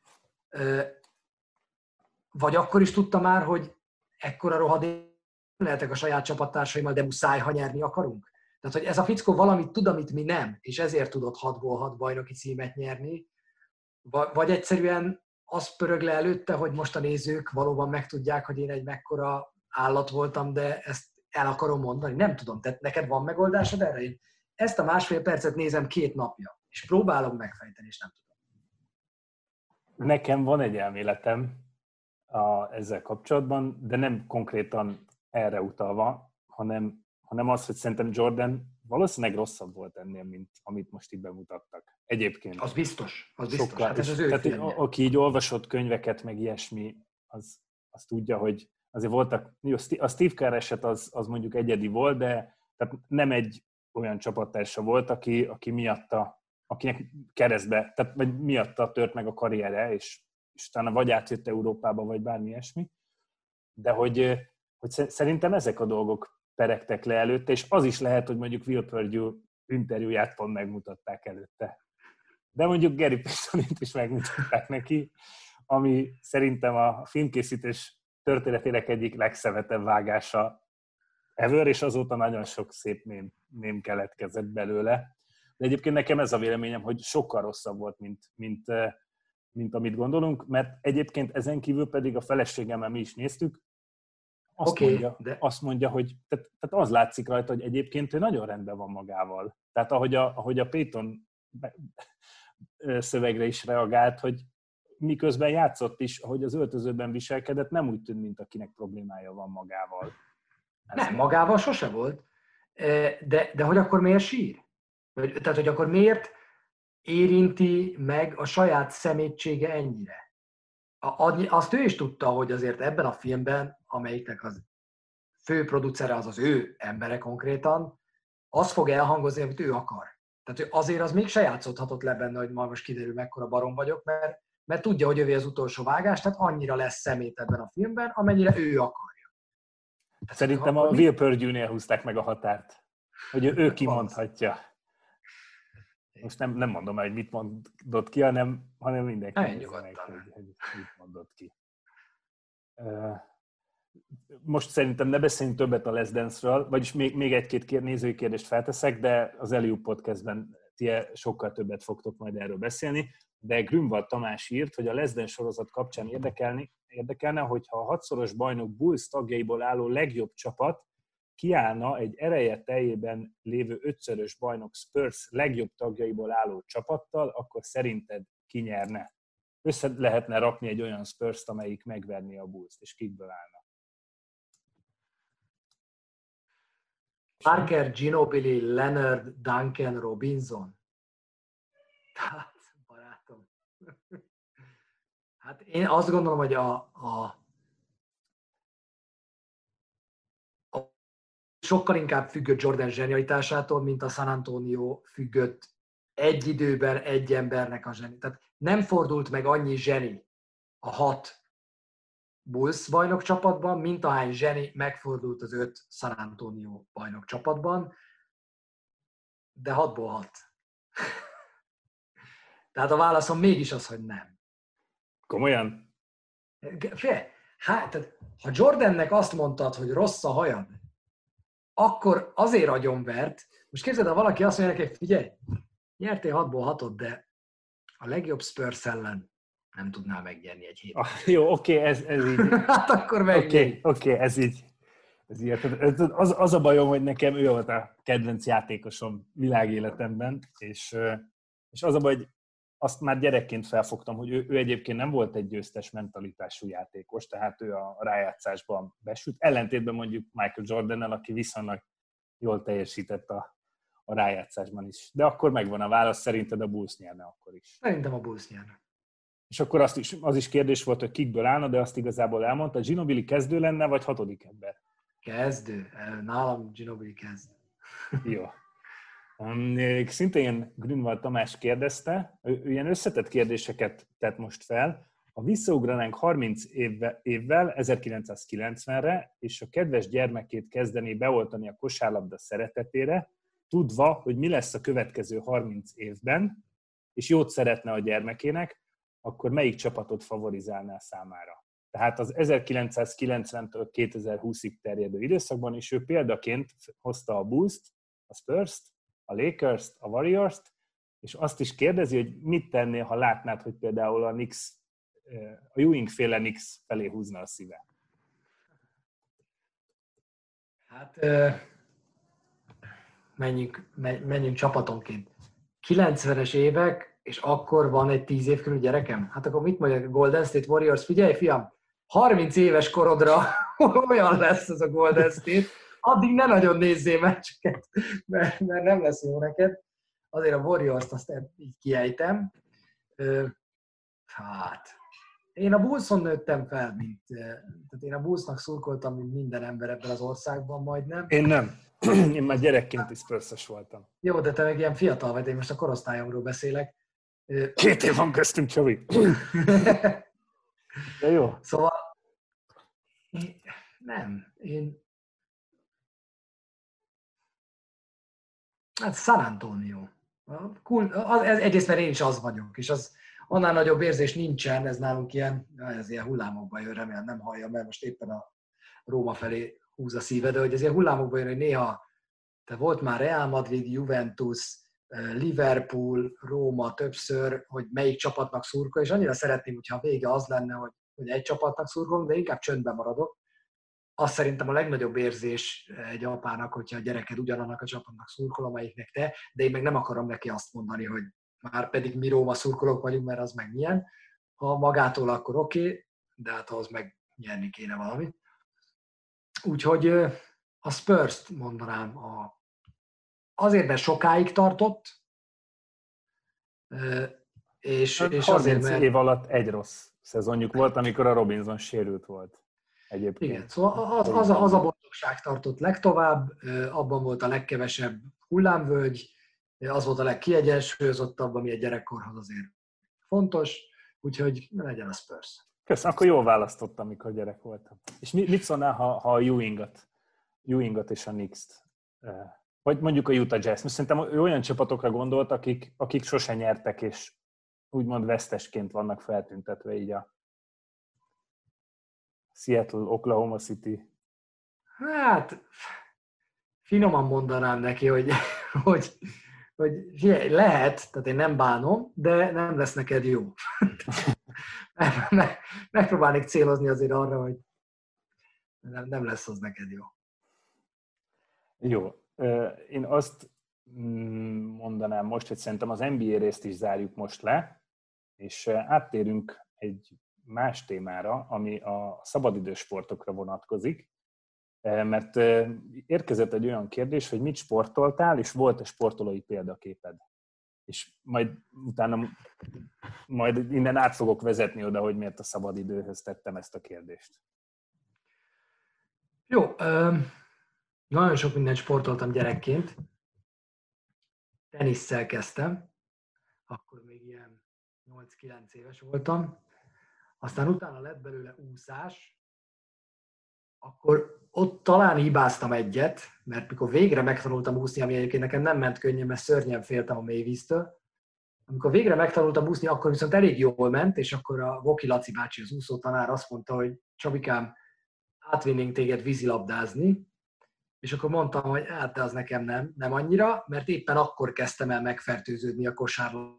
vagy akkor is tudta már, hogy ekkora rohadék lehetek a saját csapattársaimmal, de muszáj, ha nyerni akarunk. Tehát, hogy ez a fickó valamit tud, amit mi nem, és ezért tudott 6-ból 6 bajnoki címet nyerni, vagy egyszerűen az pörög le előtte, hogy most a nézők valóban megtudják, hogy én egy mekkora állat voltam, de ezt el akarom mondani. Nem tudom, tehát neked van megoldásod erre? Én ezt a 1,5 percet nézem 2 napja, és próbálom megfejteni, és nem tudom. Nekem van egy elméletem ezzel kapcsolatban, de nem konkrétan erre utalva, hanem az, hogy szerintem Jordan valószínűleg rosszabb volt ennél, mint amit most itt bemutattak. Egyébként. Az biztos. Sokkal, hát ez az ő tehát, filmje. aki így olvasott könyveket, meg ilyesmi, az tudja, hogy azért voltak, jó, a Steve Kerr eset az mondjuk egyedi volt, de tehát nem egy olyan csapattársa volt, aki miatta, akinek keresztbe, tehát vagy miatta tört meg a karriere, és utána vagy átjött Európába, vagy bármi ilyesmi. De hogy szerintem ezek a dolgok peregtek le előtte, és az is lehet, hogy mondjuk Will Purdue interjúját pont megmutatták előtte. De mondjuk Gary Paytonit is megmutatták neki, ami szerintem a filmkészítés történetének egyik legszemetebb vágása ever, és azóta nagyon sok szép mém keletkezett belőle. De egyébként nekem ez a véleményem, hogy sokkal rosszabb volt, mint amit gondolunk, mert egyébként ezen kívül pedig a feleségemmel mi is néztük, azt mondja, hogy tehát az látszik rajta, hogy egyébként ő nagyon rendben van magával. Tehát ahogy a Payton szövegre is reagált, hogy miközben játszott is, ahogy az öltözőben viselkedett, nem úgy tűnt, mint akinek problémája van magával. Nem, magával sose volt. De hogy akkor miért sír? Tehát, hogy akkor miért érinti meg a saját szemétsége ennyire? Azt ő is tudta, hogy azért ebben a filmben, amelyiknek az fő producere az ő embere konkrétan, az fog elhangozni, amit ő akar. Tehát azért az még se játszódhatott le benne, hogy most kiderül, mekkora barom vagyok, mert tudja, hogy övé az utolsó vágás, tehát annyira lesz szemét ebben a filmben, amennyire ő akarja. Tehát szerintem a Will Purdue-nél húzták meg a határt, hogy ő kimondhatja. Most nem mondom el, hogy mit mondott ki, hanem mindenki nézze meg, hogy mit mondott ki. Most szerintem ne beszéljünk többet a Last Dance-ről, vagyis még egy-két nézői kérdést felteszek, de az Eliú Podcastben ti sokkal többet fogtok majd erről beszélni. De Grünwald Tamás írt, hogy a Last Dance sorozat kapcsán érdekelne, hogyha a 6-szoros bajnok Bulls tagjaiból álló legjobb csapat kiállna egy ereje teljében lévő 5-szörös bajnok Spurs legjobb tagjaiból álló csapattal, akkor szerinted ki nyerne? Össze lehetne rakni egy olyan Spurs-t, amelyik megverné a Bulls-t, és kikből állna? Parker, Ginobili, Leonard, Duncan, Robinson. Hát, barátom. Hát én azt gondolom, hogy sokkal inkább függött Jordan zsenialitásától, mint a San Antonio függött egy időben egy embernek a zseni. Tehát nem fordult meg annyi zseni a 6 Bulls bajnok csapatban, mint ahány zseni megfordult az 5 San Antonio bajnok csapatban, de 6-ból 6. Tehát a válaszom mégis az, hogy nem. Komolyan? Tehát, ha Jordannek azt mondtad, hogy rossz a hajad, akkor azért agyonvert. Most képzeld, ha valaki azt mondja neki, figyelj, nyertél 6-ból 6-ot, de a legjobb Spurs ellen nem tudnál megnyerni egy héten. Jó, oké, ez így. Hát akkor megnyerj. Oké, ez így. Az a bajom, hogy nekem ő volt a kedvenc játékosom világéletemben, és az a baj, hogy azt már gyerekként felfogtam, hogy ő egyébként nem volt egy győztes mentalitású játékos, tehát ő a rájátszásban besült, ellentétben mondjuk Michael Jordannel, aki viszonylag jól teljesített a rájátszásban is. De akkor megvan a válasz, szerinted a Bulls nyerne akkor is? Szerintem a Bulls nyerne. És akkor az is kérdés volt, hogy kikből állna, de azt igazából elmondta, Ginobili kezdő lenne, vagy 6. ember? Kezdő. Nálam Ginobili kezdő. Jó. Szintén Grünwald Tamás kérdezte, ő ilyen összetett kérdéseket tett most fel. Ha visszaugranánk 30 évvel 1990-re, és a kedves gyermekét kezdené beoltani a kosárlabda szeretetére, tudva, hogy mi lesz a következő 30 évben, és jót szeretne a gyermekének, akkor melyik csapatot favorizálná számára? Tehát az 1990-től 2020-ig terjedő időszakban, és ő példaként hozta a Bulls-t, a Spurs-t, a Lakers-t, a Warriors-t, és azt is kérdezi, hogy mit tennél, ha látnád, hogy például a Ewing-féle Knicks felé húzna a szíve. Hát menjünk csapatonként. 90-es évek, és akkor van egy 10 év körül gyerekem. Hát akkor mit mondják a Golden State Warriors? Figyelj, fiam, 30 éves korodra olyan lesz ez a Golden State, addig ne nagyon nézzél meccseket, mert nem lesz jó neked. Azért a Warriors-t azt így kiejtem. Hát, én a Bullson nőttem fel, tehát én a Bullsnak szurkoltam, mint minden ember ebben az országban majdnem. Én nem. Én már gyerekként is Spurs-ös voltam. Jó, de te meg ilyen fiatal vagy, én most a korosztályomról beszélek. 2 év van köztünk, Csabi. De jó. Szóval, hát San Antonio. Egyrészt, mert én is az vagyok, és az annál nagyobb érzés nincsen, ez nálunk ez ilyen hullámokban jön, remélem nem hallja, mert most éppen a Róma felé húz a szíve, de hogy ez ilyen hullámokban jön, hogy néha te volt már Real Madrid, Juventus, Liverpool, Róma többször, hogy melyik csapatnak szurkol, és annyira szeretném, hogyha a vége az lenne, hogy egy csapatnak szurkolunk, de inkább csöndben maradok. Azt szerintem a legnagyobb érzés egy apának, hogyha a gyereked ugyanannak a csapatnak szurkol, amelyiknek te, de én meg nem akarom neki azt mondani, hogy már pedig mi Róma szurkolók vagyunk, mert az meg milyen. Ha magától, akkor oké, de hát ahhoz meg nyerni kéne valamit. Úgyhogy a Spurs-t mondanám, azért, mert sokáig tartott, és azért, mert... év alatt egy rossz szezonjuk volt, amikor a Robinson sérült volt. Egyébként. Igen, szóval az a boldogság tartott legtovább, abban volt a legkevesebb hullámvölgy, az volt a legkiegyensúlyozottabb, ami egy gyerekkorhoz azért fontos, úgyhogy legyen a Spurs. Köszönöm, akkor jól választottam, amikor gyerek voltam. És mit szólnál, ha a Ewingot és a Knicks-t, vagy mondjuk a Utah Jazz? Most szerintem olyan csapatokra gondolt, akik sose nyertek, és úgymond vesztesként vannak feltüntetve így a Seattle, Oklahoma City. Hát, finoman mondanám neki, hogy lehet, tehát én nem bánom, de nem lesz neked jó. Megpróbálnék célozni azért arra, hogy nem lesz az neked jó. Jó. Én azt mondanám most, hogy szerintem az NBA részt is zárjuk most le, és áttérünk egy más témára, ami a szabadidős sportokra vonatkozik, mert érkezett egy olyan kérdés, hogy mit sportoltál, és volt-e sportolói példaképed? És utána innen át fogok vezetni oda, hogy miért a szabadidőhöz tettem ezt a kérdést. Jó, nagyon sok mindent sportoltam gyerekként. Tenisszel kezdtem, akkor még ilyen 8-9 éves voltam. Aztán utána lett belőle úszás, akkor ott talán hibáztam egyet, mert mikor végre megtanultam úszni, ami egyébként nekem nem ment könnyen, mert szörnyen féltem a mélyvíztől. Amikor végre megtanultam úszni, akkor viszont elég jól ment, és akkor a Voki Laci bácsi, az úszótanár azt mondta, hogy Csabikám, átvinnénk téged vízilabdázni, és akkor mondtam, hogy hát de az nekem nem annyira, mert éppen akkor kezdtem el megfertőződni a kosárlabdával.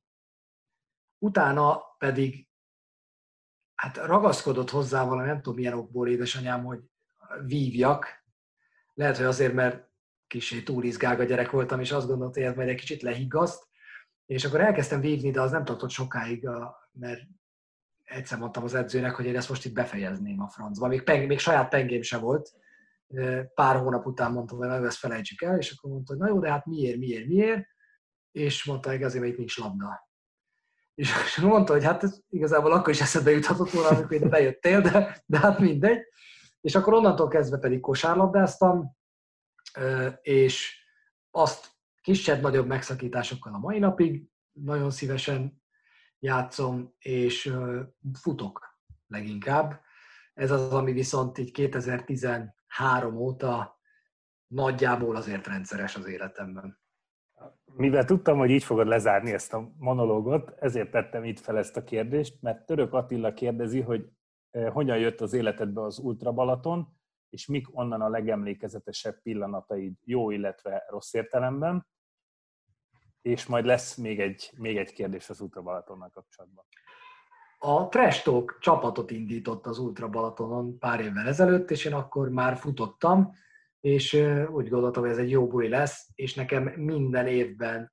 Utána pedig hát ragaszkodott hozzá valami, nem tudom milyen okból édesanyám, hogy vívjak. Lehet, hogy azért, mert kicsit túl izgága gyerek voltam, és azt gondoltam, hogy ez majd egy kicsit lehiggaszt. És akkor elkezdtem vívni, de az nem tartott sokáig, mert egyszer mondtam az edzőnek, hogy én ezt most itt befejezném a francba. Még saját pengém se volt. Pár hónap után mondtam, hogy ezt felejtsük el, és akkor mondta, hogy na jó, de hát miért? És mondta, hogy azért, mert itt nincs labda. És mondta, hogy hát igazából akkor is eszedbe juthatott volna, amikor ide bejöttél, de hát mindegy. És akkor onnantól kezdve pedig kosárlabdáztam, és azt kisebb-nagyobb megszakításokkal a mai napig nagyon szívesen játszom, és futok leginkább. Ez az, ami viszont így 2013 óta nagyjából azért rendszeres az életemben. Mivel tudtam, hogy így fogod lezárni ezt a monológot, ezért tettem itt fel ezt a kérdést, mert Török Attila kérdezi, hogy hogyan jött az életedbe az Ultra Balaton, és mik onnan a legemlékezetesebb pillanataid, jó, illetve rossz értelemben, és majd lesz még egy kérdés az Ultra Balatonnal kapcsolatban. A Trash Talk csapatot indított az Ultra Balatonon pár évvel ezelőtt, és én akkor már futottam, és úgy gondoltam, hogy ez egy jó buli lesz, és nekem minden évben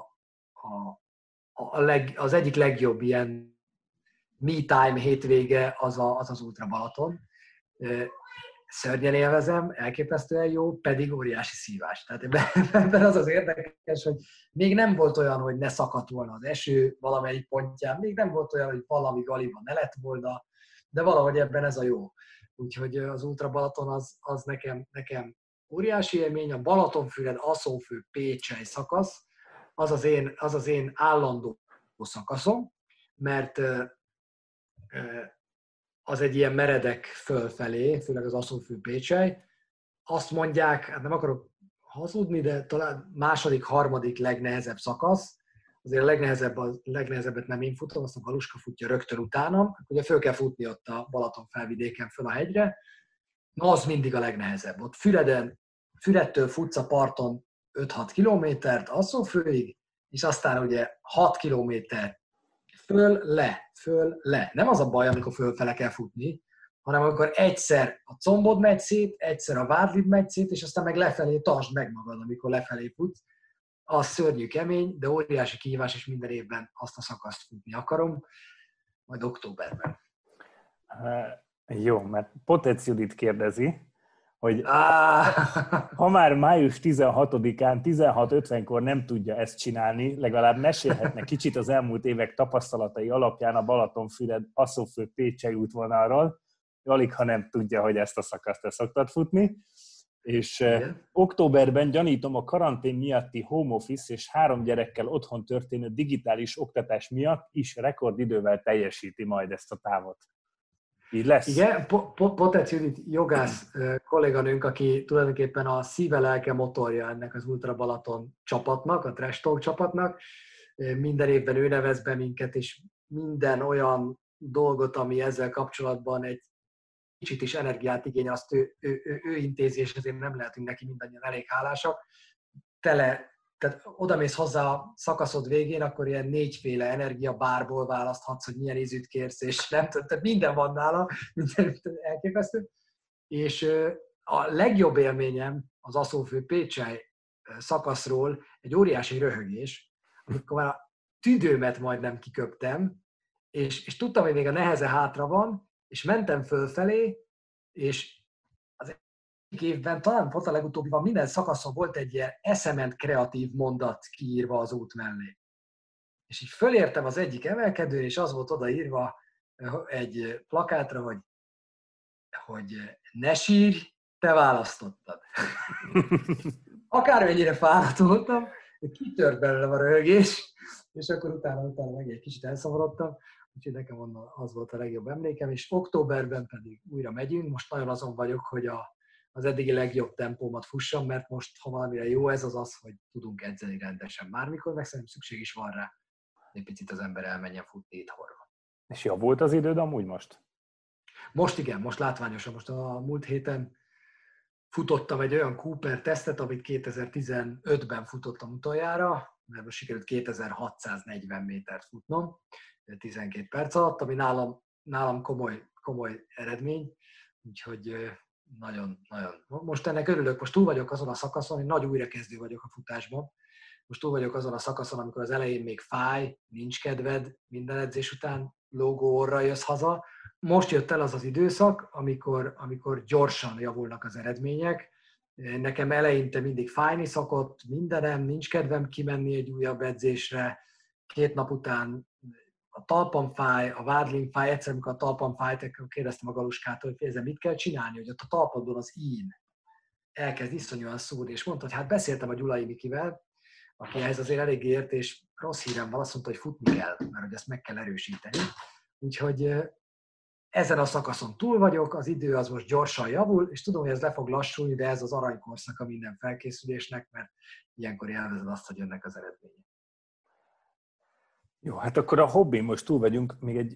az egyik legjobb ilyen me time hétvége az Ultra Balaton. Szörnyen élvezem, elképesztően jó, pedig óriási szívás. Tehát ebben az érdekes, hogy még nem volt olyan, hogy ne szakadt volna az eső valamelyik pontján, még nem volt olyan, hogy valami galiban ne lett volna, de valahogy ebben ez a jó. Úgyhogy az Ultra Balaton az nekem óriási élmény, a Balatonfüred-Aszófő Pécsely szakasz, az az én állandó szakaszom, mert az egy ilyen meredek fölfelé, főleg az Aszófő Pécsely. Azt mondják, hát nem akarok hazudni, de talán második, harmadik legnehezebb szakasz. Azért a legnehezebbet nem én futom, azt a Galuska futja rögtön utánam. Ugye föl kell futni ott a Balaton felvidéken föl a hegyre. Na, az mindig a legnehezebb. Ott Füredtől futsz a parton 5-6 kilométert Aszófőig, és aztán ugye 6 kilométer föl-le. Nem az a baj, amikor fölfele kell futni, hanem amikor egyszer a combod megy szét, egyszer a vádlid megy szét, és aztán meg lefelé tartsd meg magad, amikor lefelé futsz. Az szörnyű kemény, de óriási kihívás, és minden évben azt a szakaszt futni akarom, majd októberben. Jó, mert Potec Judit kérdezi, hogy ha már május 16-án 16:50-kor nem tudja ezt csinálni, legalább mesélhetne kicsit az elmúlt évek tapasztalatai alapján a Balatonfüred-Aszófő Pécsely útvonalról, alig ha nem tudja, hogy ezt a szakaszt te szoktad futni. És októberben gyanítom a karantén miatti home office és 3 gyerekkel otthon történő digitális oktatás miatt is rekordidővel teljesíti majd ezt a távot. Így lesz? Igen, Potec Judit jogász kolléganőnk, aki tulajdonképpen a szíve-lelke motorja ennek az Ultra Balaton csapatnak, a Trash Talk csapatnak. Minden évben ő nevez be minket, és minden olyan dolgot, ami ezzel kapcsolatban egy kicsit is energiát igény, azt ő intézi, és ezért nem lehetünk neki mindannyian elég hálásak. Tehát odamész hozzá a szakaszod végén, akkor ilyen 4 féle energiabárból választhatsz, hogy milyen ízűt kérsz, és nem tudom, tehát minden van nála, minden elképesztő. És a legjobb élményem az Aszófő Pécsely szakaszról egy óriási röhögés, amikor már a tüdőmet majdnem kiköptem, és tudtam, hogy még a neheze hátra van, és mentem fölfelé, és az évben, talán pont a legutóbbiban minden szakaszon volt egy ilyen eszement kreatív mondat kiírva az út mellé. És így fölértem az egyik emelkedőn, és az volt odaírva egy plakátra, hogy ne sírj, te választottad. Akármennyire fáradt voltam, kitört belőlem a röhögés, és akkor utána meg egy kicsit elszomorodtam. Úgyhogy nekem onnan az volt a legjobb emlékem, és októberben pedig újra megyünk. Most nagyon azon vagyok, hogy az eddigi legjobb tempómat fussam, mert most, ha valamire jó ez az, hogy tudunk edzeni rendesen bármikor, meg szerintem szükség is van rá, hogy egy picit az ember elmenjen futni itthonra. És javult az időd amúgy most? Most igen, most látványosan. Most a múlt héten futottam egy olyan Cooper tesztet, amit 2015-ben futottam utoljára, mert most sikerült 2640 métert futnom, 12 perc alatt, ami nálam komoly eredmény, úgyhogy nagyon. Most ennek örülök, most túl vagyok azon a szakaszon, én nagy újrakezdő vagyok a futásban, most túl vagyok azon a szakaszon, amikor az elején még fáj, nincs kedved, minden edzés után lógó orra jössz haza. Most jött el az az időszak, amikor gyorsan javulnak az eredmények. Nekem eleinte mindig fájni szokott, mindenem, nincs kedvem kimenni egy újabb edzésre, 2 nap után a talpam fáj, a vádlim fáj, egyszer, amikor a talpam fájt, akkor kérdeztem a Galuskától, hogy ezzel mit kell csinálni, hogy ott a talpadon az ín elkezd iszonyúan szúrni, és mondta, hogy hát beszéltem a Gyulai Mikivel, aki ehhez azért elég ért, és rossz hírem van, azt mondta, hogy futni kell, mert hogy ezt meg kell erősíteni. Úgyhogy ezen a szakaszon túl vagyok, az idő az most gyorsan javul, és tudom, hogy ez le fog lassulni, de ez az aranykorszaka minden felkészülésnek, mert ilyenkor élvezed azt, hogy jönnek az eredmények. Jó, hát akkor a hobbin most túl vagyunk, még egy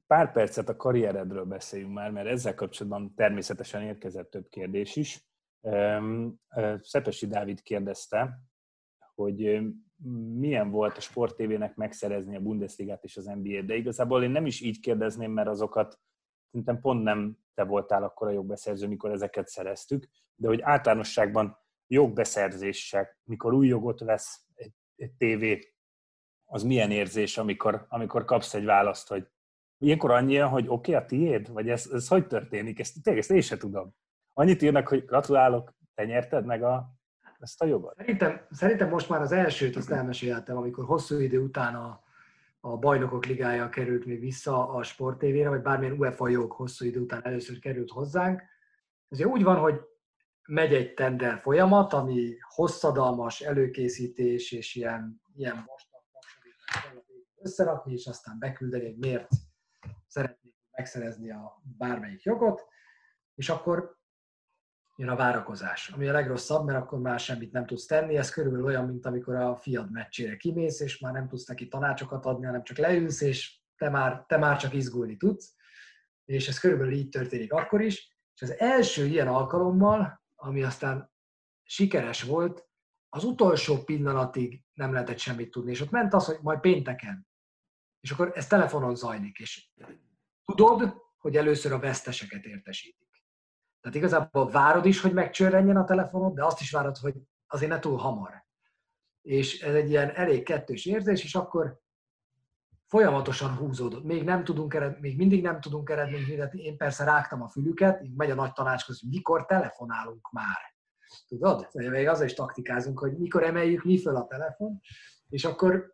pár percet a karrieredről beszéljünk már, mert ezzel kapcsolatban természetesen érkezett több kérdés is. Szepesi Dávid kérdezte, hogy milyen volt a Sport TV-nek megszerezni a Bundesligát és az NBA-t, de igazából én nem is így kérdezném, mert azokat szerintem pont nem te voltál akkor a jogbeszerző, mikor ezeket szereztük, de hogy általánosságban jogbeszerzések, mikor új jogot vesz egy tévé, az milyen érzés, amikor kapsz egy választ, hogy ilyenkor annyi, hogy oké, a tiéd? Vagy ez hogy történik? Ezt én sem tudom. Annyit írnak, hogy gratulálok, te nyerted meg ezt a jogot? Szerintem most már az elsőt azt elmeséltem, amikor hosszú idő után a Bajnokok Ligája került még vissza a Sport TV-re, vagy bármilyen UEFA jog hosszú idő után először került hozzánk. Ez úgy van, hogy megy egy tender folyamat, ami hosszadalmas előkészítés és ilyen vastag kapcsolatokat kell összerakni, és aztán beküldeni, hogy miért szeretnék megszerezni a bármelyik jogot, és akkor jön a várakozás, ami a legrosszabb, mert akkor már semmit nem tudsz tenni. Ez körülbelül olyan, mint amikor a fiad meccsére kimész, és már nem tudsz neki tanácsokat adni, hanem csak leülsz, és te már csak izgulni tudsz. És ez körülbelül így történik akkor is. És az első ilyen alkalommal, ami aztán sikeres volt, az utolsó pillanatig nem lehetett semmit tudni. És ott ment az, hogy majd pénteken. És akkor ez telefonon zajlik, és tudod, hogy először a veszteseket értesítik. Tehát igazából várod is, hogy megcsörrenjen a telefonod, de azt is várod, hogy azért ne túl hamar. És ez egy ilyen elég kettős érzés, és akkor folyamatosan húzódott. Még mindig nem tudunk eredményt hirdetni. Én persze rágtam a fülüket, így megy a nagy tanácshoz, hogy mikor telefonálunk már. Tudod? Még azzal is taktikázunk, hogy mikor emeljük mi föl a telefon, és akkor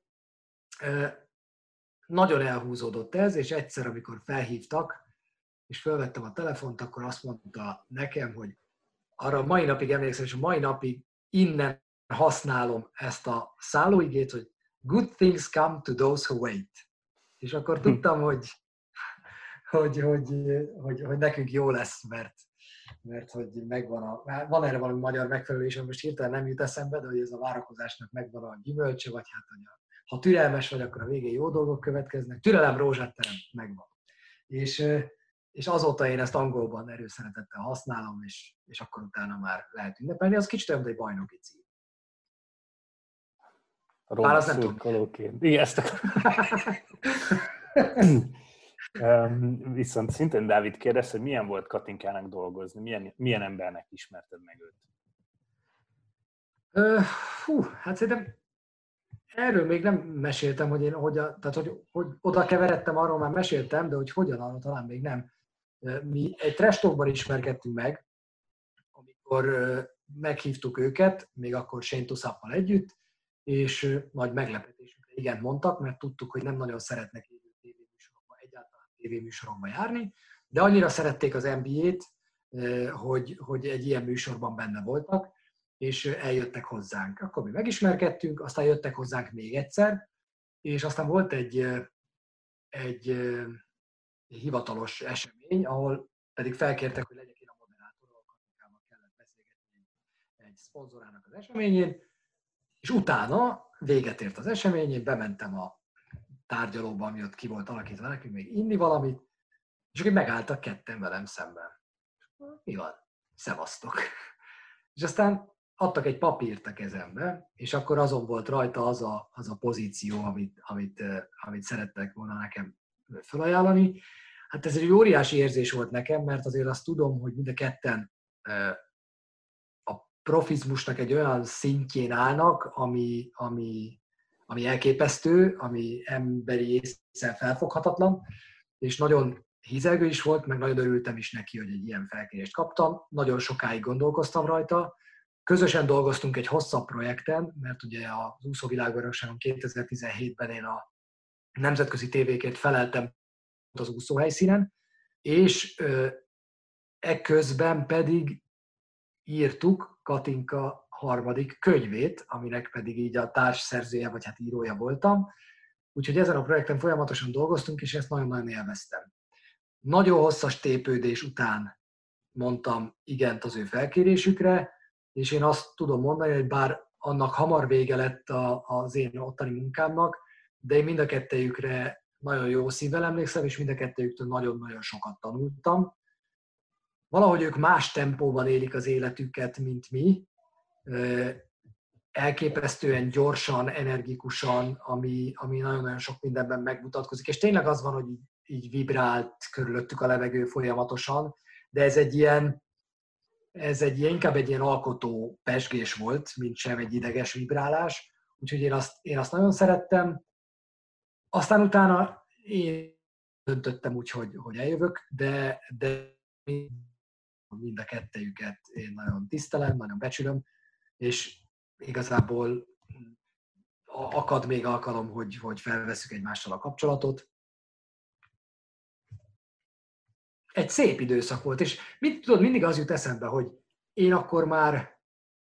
nagyon elhúzódott ez, és egyszer, amikor felhívtak, és felvettem a telefont, akkor azt mondta nekem, hogy arra mai napig emlékszem, és a mai napig innen használom ezt a szállóigét, hogy good things come to those who wait. És akkor tudtam, hogy nekünk jó lesz, mert hogy van erre valami magyar megfelelés, most hirtelen nem jut eszembe, de hogy ez a várakozásnak megvan a gyümölcse, vagy hát, hogy ha türelmes vagy, akkor a végén jó dolgok következnek. Türelem rózsát terem, megvan. És azóta én ezt angolban erőszeretettel használom, és akkor utána már lehet ünnepelni. Az kicsit olyan, mint egy bajnoki cím. Roma szurkolóként. Igen, ezt Viszont szintén Dávid kérdez, hogy milyen volt Katinkának dolgozni, milyen embernek ismerted meg őt? Hát szerintem erről még nem meséltem, hogy én hogy oda keveredtem, arról már meséltem, de hogy hogyan, arról talán még nem. Mi egy trash talkban ismerkedtünk meg, amikor meghívtuk őket, még akkor Shane Tussappal együtt, és nagy meglepetésükre igent mondtak, mert tudtuk, hogy nem nagyon szeretnek élő tévéműsorokba, egyáltalán tévéműsorokba járni, de annyira szerették az NBA-t, hogy egy ilyen műsorban benne voltak, és eljöttek hozzánk. Akkor mi megismerkedtünk, aztán jöttek hozzánk még egyszer, és aztán volt egy hivatalos esemény, ahol pedig felkértek, hogy legyek én a moderátor, ahol Katinkával kellett beszélgetni egy szponzorának az eseményén, és utána véget ért az esemény, én bementem a tárgyalóba, ami ott ki volt alakítva nekünk, még inni valamit, és akkor megálltak ketten velem szemben. Mi van? Szevasztok. És aztán adtak egy papírt a kezembe, és akkor azon volt rajta az a pozíció, amit szerettek volna nekem felajánlani. Hát ez egy óriási érzés volt nekem, mert azért azt tudom, hogy mind a ketten a profizmusnak egy olyan szintjén állnak, ami elképesztő, ami emberi észre felfoghatatlan, és nagyon hízelgő is volt, meg nagyon örültem is neki, hogy egy ilyen felkérést kaptam. Nagyon sokáig gondolkoztam rajta. Közösen dolgoztunk egy hosszabb projekten, mert ugye az úszóvilágbajnokságon 2017-ben én a nemzetközi tévékért feleltem az úszóhelyszínen, és ekközben pedig írtuk Katinka harmadik könyvét, aminek pedig így a társszerzője, vagy hát írója voltam. Úgyhogy ezen a projekten folyamatosan dolgoztunk, és ezt nagyon-nagyon élveztem. Nagyon hosszas tépődés után mondtam igent az ő felkérésükre, és én azt tudom mondani, hogy bár annak hamar vége lett az én ottani munkámnak, de én mind a kettejükre nagyon jó szívvel emlékszem, és mind a kettőjüktől nagyon-nagyon sokat tanultam. Valahogy ők más tempóban élik az életüket, mint mi. Elképesztően gyorsan, energikusan, ami nagyon-nagyon sok mindenben megmutatkozik. És tényleg az van, hogy így vibrált körülöttük a levegő folyamatosan, de ez inkább egy ilyen alkotó pezsgés volt, mint sem egy ideges vibrálás. Úgyhogy én azt nagyon szerettem. Aztán utána én döntöttem úgy, hogy eljövök, de mind a kettejüket én nagyon tisztelem, nagyon becsülöm, és igazából akad még alkalom, hogy felvesszük egymással a kapcsolatot. Egy szép időszak volt, és tudod, mindig az jut eszembe, hogy én akkor már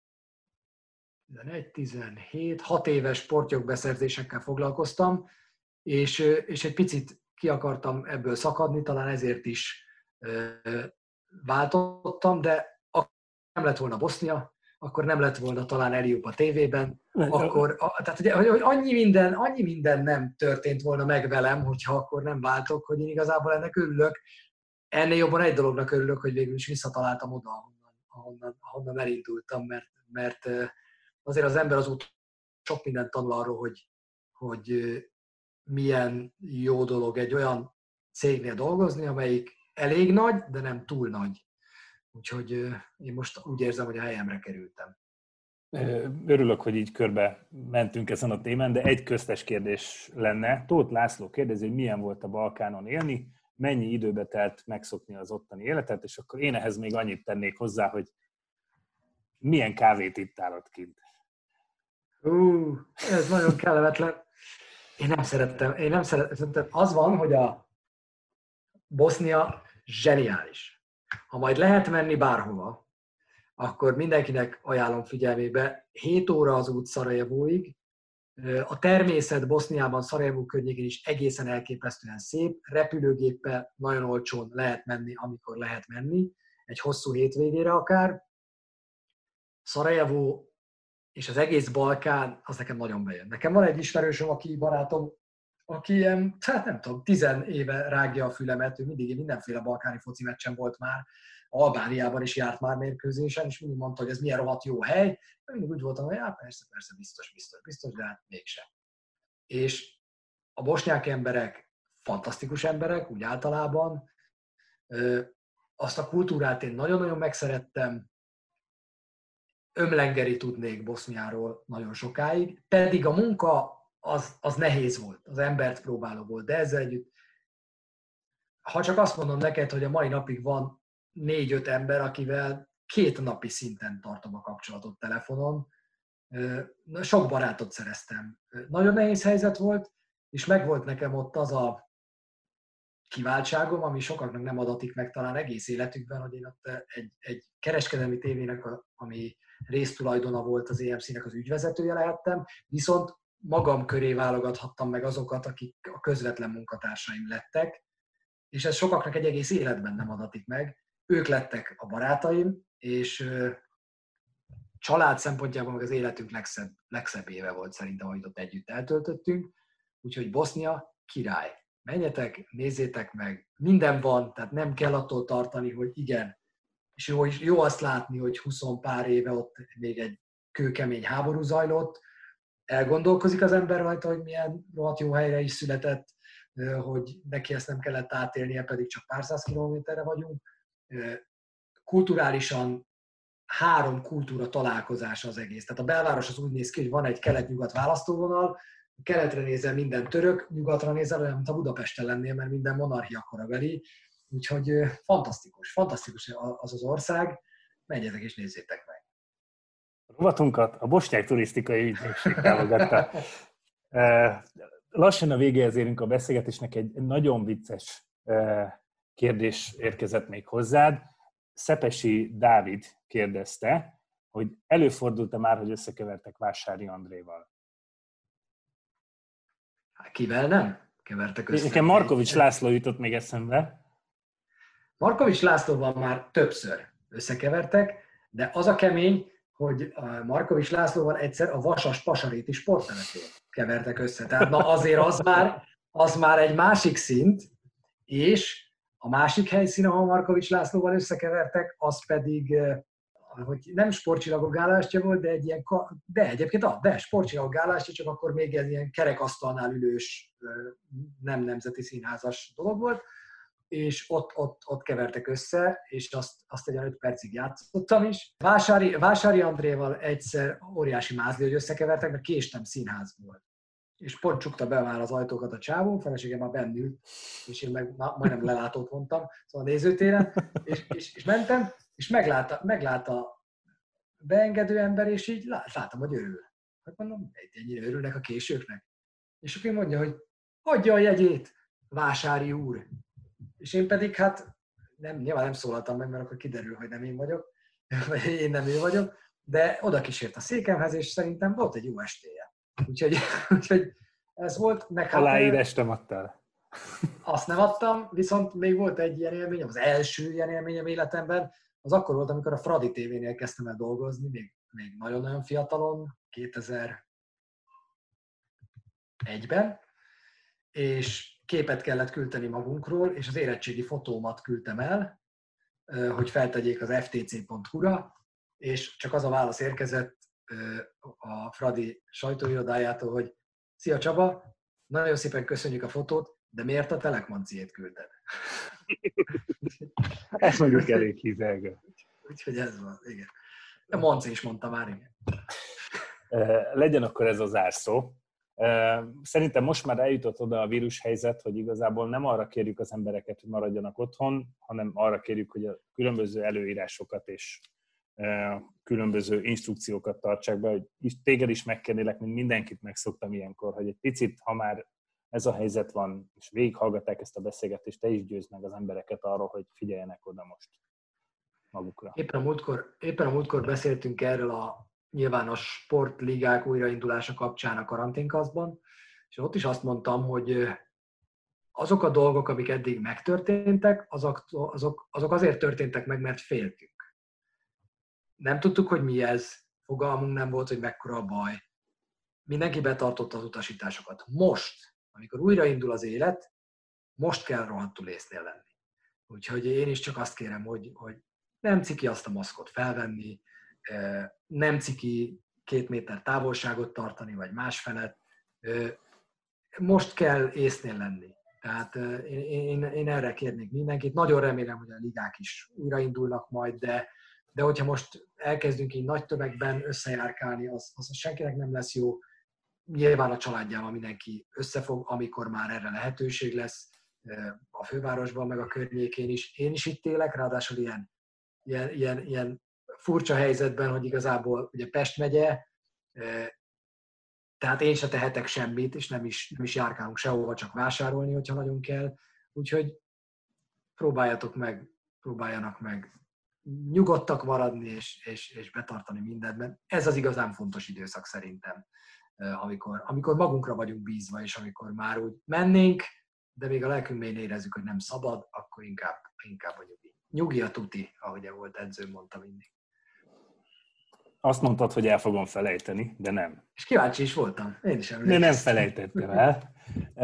6 éves sportjogbeszerzésekkel foglalkoztam, és egy picit ki akartam ebből szakadni, talán ezért is váltottam, de akkor nem lett volna Bosznia, akkor nem lett volna talán Eliup a tévében, tehát hogy annyi minden nem történt volna meg velem, hogyha akkor nem váltok, hogy én igazából ennek örülök. Ennél jobban egy dolognak örülök, hogy végül is visszataláltam oda, ahonnan elindultam, mert azért az ember azóta sok mindent tanul arról, hogy milyen jó dolog egy olyan cégnél dolgozni, amelyik elég nagy, de nem túl nagy. Úgyhogy én most úgy érzem, hogy a helyemre kerültem. Örülök, hogy így körbe mentünk ezen a témán, de egy köztes kérdés lenne. Tóth László kérdezi, hogy milyen volt a Balkánon élni, mennyi időbe telt megszokni az ottani életet, és akkor én ehhez még annyit tennék hozzá, hogy milyen kávét ittál ott kint. Ez nagyon kellemetlen. Én nem szerettem. Az van, hogy a Bosznia zseniális. Ha majd lehet menni bárhova, akkor mindenkinek ajánlom figyelmébe, 7 óra az út Szarajevóig. A természet Boszniában, Szarajevó környékén is egészen elképesztően szép. Repülőgéppel nagyon olcsón lehet menni, amikor lehet menni. Egy hosszú hétvégére akár. Szarajevó és az egész Balkán, az nekem nagyon bejön. Nekem van egy ismerősöm, barátom, aki ilyen, hát nem tudom, 10 éve rágja a fülemet, ő mindig mindenféle balkáni foci meccsen volt már, Albániában is járt már mérkőzésen, és mindig mondta, hogy ez milyen rohadt jó hely. Mindig úgy voltam, hogy persze, biztos, de hát mégsem. És a bosnyák emberek fantasztikus emberek, úgy általában. Azt a kultúrát én nagyon-nagyon megszerettem, ömlengeri tudnék Boszniáról nagyon sokáig, pedig a munka az nehéz volt, az embert próbáló volt, de ezzel együtt, ha csak azt mondom neked, hogy a mai napig van 4-5 ember, akivel 2 napi szinten tartom a kapcsolatot telefonon, sok barátot szereztem. Nagyon nehéz helyzet volt, és megvolt nekem ott az a kiváltságom, ami sokaknak nem adatik meg talán egész életükben, hogy én ott egy kereskedelmi tévének, ami résztulajdona volt az EMC-nek az ügyvezetője lehettem, viszont magam köré válogathattam meg azokat, akik a közvetlen munkatársaim lettek, és ez sokaknak egy egész életben nem adatik meg. Ők lettek a barátaim, és család szempontjából meg az életünk legszebb éve volt szerintem, amit ott együtt eltöltöttünk. Úgyhogy Bosznia király. Menjetek, nézzétek meg, minden van, tehát nem kell attól tartani, hogy igen. És jó azt látni, hogy 20 pár éve ott még egy kőkemény háború zajlott, elgondolkozik az ember rajta, hogy milyen rohadt jó helyre is született, hogy neki ezt nem kellett átélnie, pedig csak pár száz kilométerre vagyunk. Kulturálisan 3 kultúra találkozása az egész. Tehát a belváros az úgy néz ki, hogy van egy kelet-nyugat választóvonal, keletre nézel minden török, nyugatra nézel olyan, mint a Budapesten lennél, mert minden monarchia korabeli. Úgyhogy fantasztikus az ország. Menjetek és nézzétek meg. A rovatunkat a Bosnyák Turisztikai Ügynökség támogatta. Lassan a végéhez érünk a beszélgetésnek, egy nagyon vicces kérdés érkezett még hozzád. Szepesi Dávid kérdezte, hogy előfordult-e már, hogy összekevertek Vásári Andréval? Kivel nem kevertek össze? Nekem Markovics László jutott még eszembe. Markovics Lászlóval már többször összekevertek, de az a kemény, hogy a Markovics Lászlóval egyszer a Vasas Pasaréti sporttelepén kevertek össze. Tehát na azért az már egy másik szint, és a másik helyszín, ahol Markovics Lászlóval összekevertek, az pedig, hogy nem sportcsillagok gálástja volt, de egy ilyen, de egyébként sportcsillagok gálástja, csak akkor még egy ilyen kerekasztalnál ülős, nem nemzeti színházas dolog volt, és ott kevertek össze, és azt egy 5 percig játszottam is. Vásári Andréval egyszer óriási mázli, hogy összekevertek, mert késtem színházból. És pont csukta be már az ajtókat a csávó, feleségem már benn ült, és én meg majdnem lelátót mondtam, szóval a nézőtéren, és mentem, és meglátta beengedő ember, és így láttam, hogy örül. Hát mondom, ennyire örülnek a későknek. És akkor mondja, hogy adja a jegyét, Vásári úr. És én pedig nyilván nem szólaltam meg, mert akkor kiderül, hogy nem én vagyok, vagy én nem ő vagyok, de oda kísért a székemhez, és szerintem volt egy jó estéje. Úgyhogy ez volt. Aláírást nem adtál? Azt nem adtam, viszont még volt egy ilyen élményem, az első ilyen élményem életemben, az akkor volt, amikor a Fradi TV-nél kezdtem el dolgozni, még nagyon-nagyon fiatalon, 2001-ben, és képet kellett küldeni magunkról, és az érettségi fotómat küldtem el, hogy feltegyék az ftc.hu-ra, és csak az a válasz érkezett a Fradi sajtóirodájától, hogy szia Csaba, nagyon szépen köszönjük a fotót, de miért a Telekmanciét küldted? Ez mondjuk elég hízelgő. Úgyhogy ez van, igen. A Manci is mondta már, igen. Legyen akkor ez az zárszó. Szerintem most már eljutott oda a vírushelyzet, hogy igazából nem arra kérjük az embereket, hogy maradjanak otthon, hanem arra kérjük, hogy a különböző előírásokat és különböző instrukciókat tartsák be, hogy téged is megkérnélek, mint mindenkit megszoktam ilyenkor, hogy egy picit, ha már ez a helyzet van, és végighallgatták ezt a beszélgetést, te is győzd meg az embereket arról, hogy figyeljenek oda most magukra. Éppen a múltkor beszéltünk erről a nyilvános sportligák újraindulása kapcsán a karanténkaszban, és ott is azt mondtam, hogy azok a dolgok, amik eddig megtörténtek, azok azért történtek meg, mert féltünk. Nem tudtuk, hogy mi ez, fogalmunk nem volt, hogy mekkora a baj. Mindenki betartotta az utasításokat. Most, amikor újraindul az élet, most kell rohadtul észnél lenni. Úgyhogy én is csak azt kérem, hogy nem ciki azt a maszkot felvenni, nem ciki 2 méter távolságot tartani, vagy másfelet. Most kell észnél lenni. Tehát én erre kérnék mindenkit. Nagyon remélem, hogy a ligák is újraindulnak majd, de hogyha most elkezdünk így nagy tömegben összejárkálni, az senkinek nem lesz jó. Nyilván a családjával mindenki összefog, amikor már erre lehetőség lesz, a fővárosban, meg a környékén is. Én is itt élek, ráadásul ilyen furcsa helyzetben, hogy igazából ugye Pest megye, tehát én se tehetek semmit, és nem is járkálunk sehova, csak vásárolni, hogyha nagyon kell. Úgyhogy próbáljanak meg nyugodtak maradni, és betartani mindent. Ez az igazán fontos időszak szerintem, amikor magunkra vagyunk bízva, és amikor már úgy mennénk, de még a lelkünk mélyén érezzük, hogy nem szabad, akkor inkább a nyugi. Nyugi a tuti, ahogy volt edzőm, mondta mindig. Azt mondtad, hogy el fogom felejteni, de nem. És kíváncsi is voltam. Én is emlékszem. De nem felejtettem el.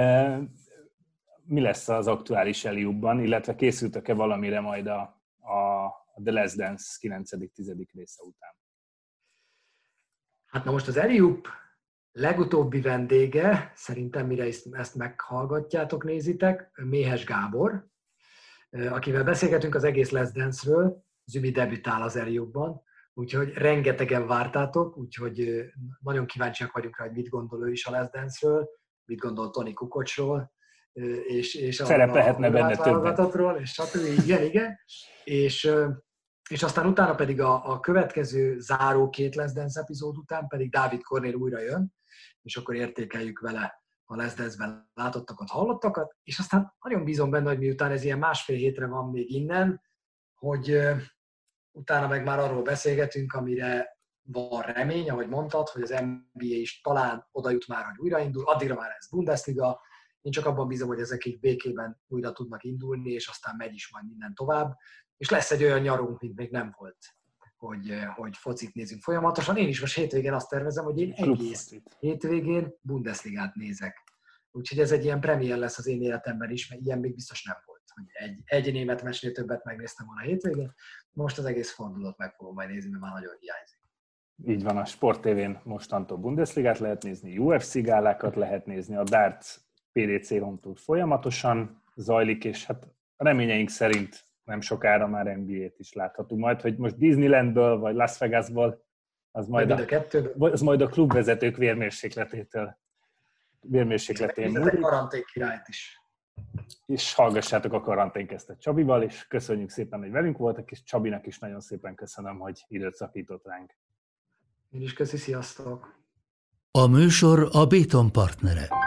Mi lesz az aktuális Eliubban, illetve készültek-e valamire majd a The Last Dance 9.-10. része után? Hát na most az Eliub legutóbbi vendége, szerintem mire ezt meghallgatjátok, nézitek, Méhes Gábor, akivel beszélgetünk az egész Last Dance-ről. Zümi debütál az Eliubban, úgyhogy rengetegen vártátok, úgyhogy nagyon kíváncsiak vagyunk rá, hogy mit gondol ő is a Last Dance-ről, mit gondol Toni Kukocsról, és szerepelhetne benne többet. És stb. Igen. És aztán utána pedig a következő záró 2 Last Dance epizód után pedig Dávid Kornél újra jön, és akkor értékeljük vele a Last Dance-ben látottakat, hallottakat, és aztán nagyon bízom benne, hogy miután ez ilyen 1,5 hétre van még innen, hogy utána meg már arról beszélgetünk, amire van remény, ahogy mondtad, hogy az NBA is talán oda jut már, hogy újraindul, addigra már ez Bundesliga, én csak abban bízom, hogy ezek így békében újra tudnak indulni, és aztán megy is majd minden tovább, és lesz egy olyan nyarunk, mint még nem volt, hogy focit nézünk folyamatosan. Én is most hétvégén azt tervezem, hogy én egész hétvégén Bundesligát nézek. Úgyhogy ez egy ilyen premier lesz az én életemben is, mert ilyen még biztos nem volt, hogy egy német meccsnél többet megnéztem volna a hétvégén. Most az egész fordulót meg fogom majd nézni, mert már nagyon hiányzik. Így van, a Sport TV-n mostantól Bundesligát lehet nézni, UFC gálákat lehet nézni, a Darts PDC Home Tour folyamatosan zajlik, és hát reményeink szerint nem sokára már NBA-t is láthatunk majd, hogy most Disneylandből vagy Las Vegasból, az majd a klubvezetők vérmérsékletén múlik. Karantén királyt is. És hallgassátok a karanténkeztet Csabival, és köszönjük szépen, hogy velünk voltak, és Csabinak is nagyon szépen köszönöm, hogy időt szakított ránk. Én is köszi, sziasztok! A műsor a Béton partnere.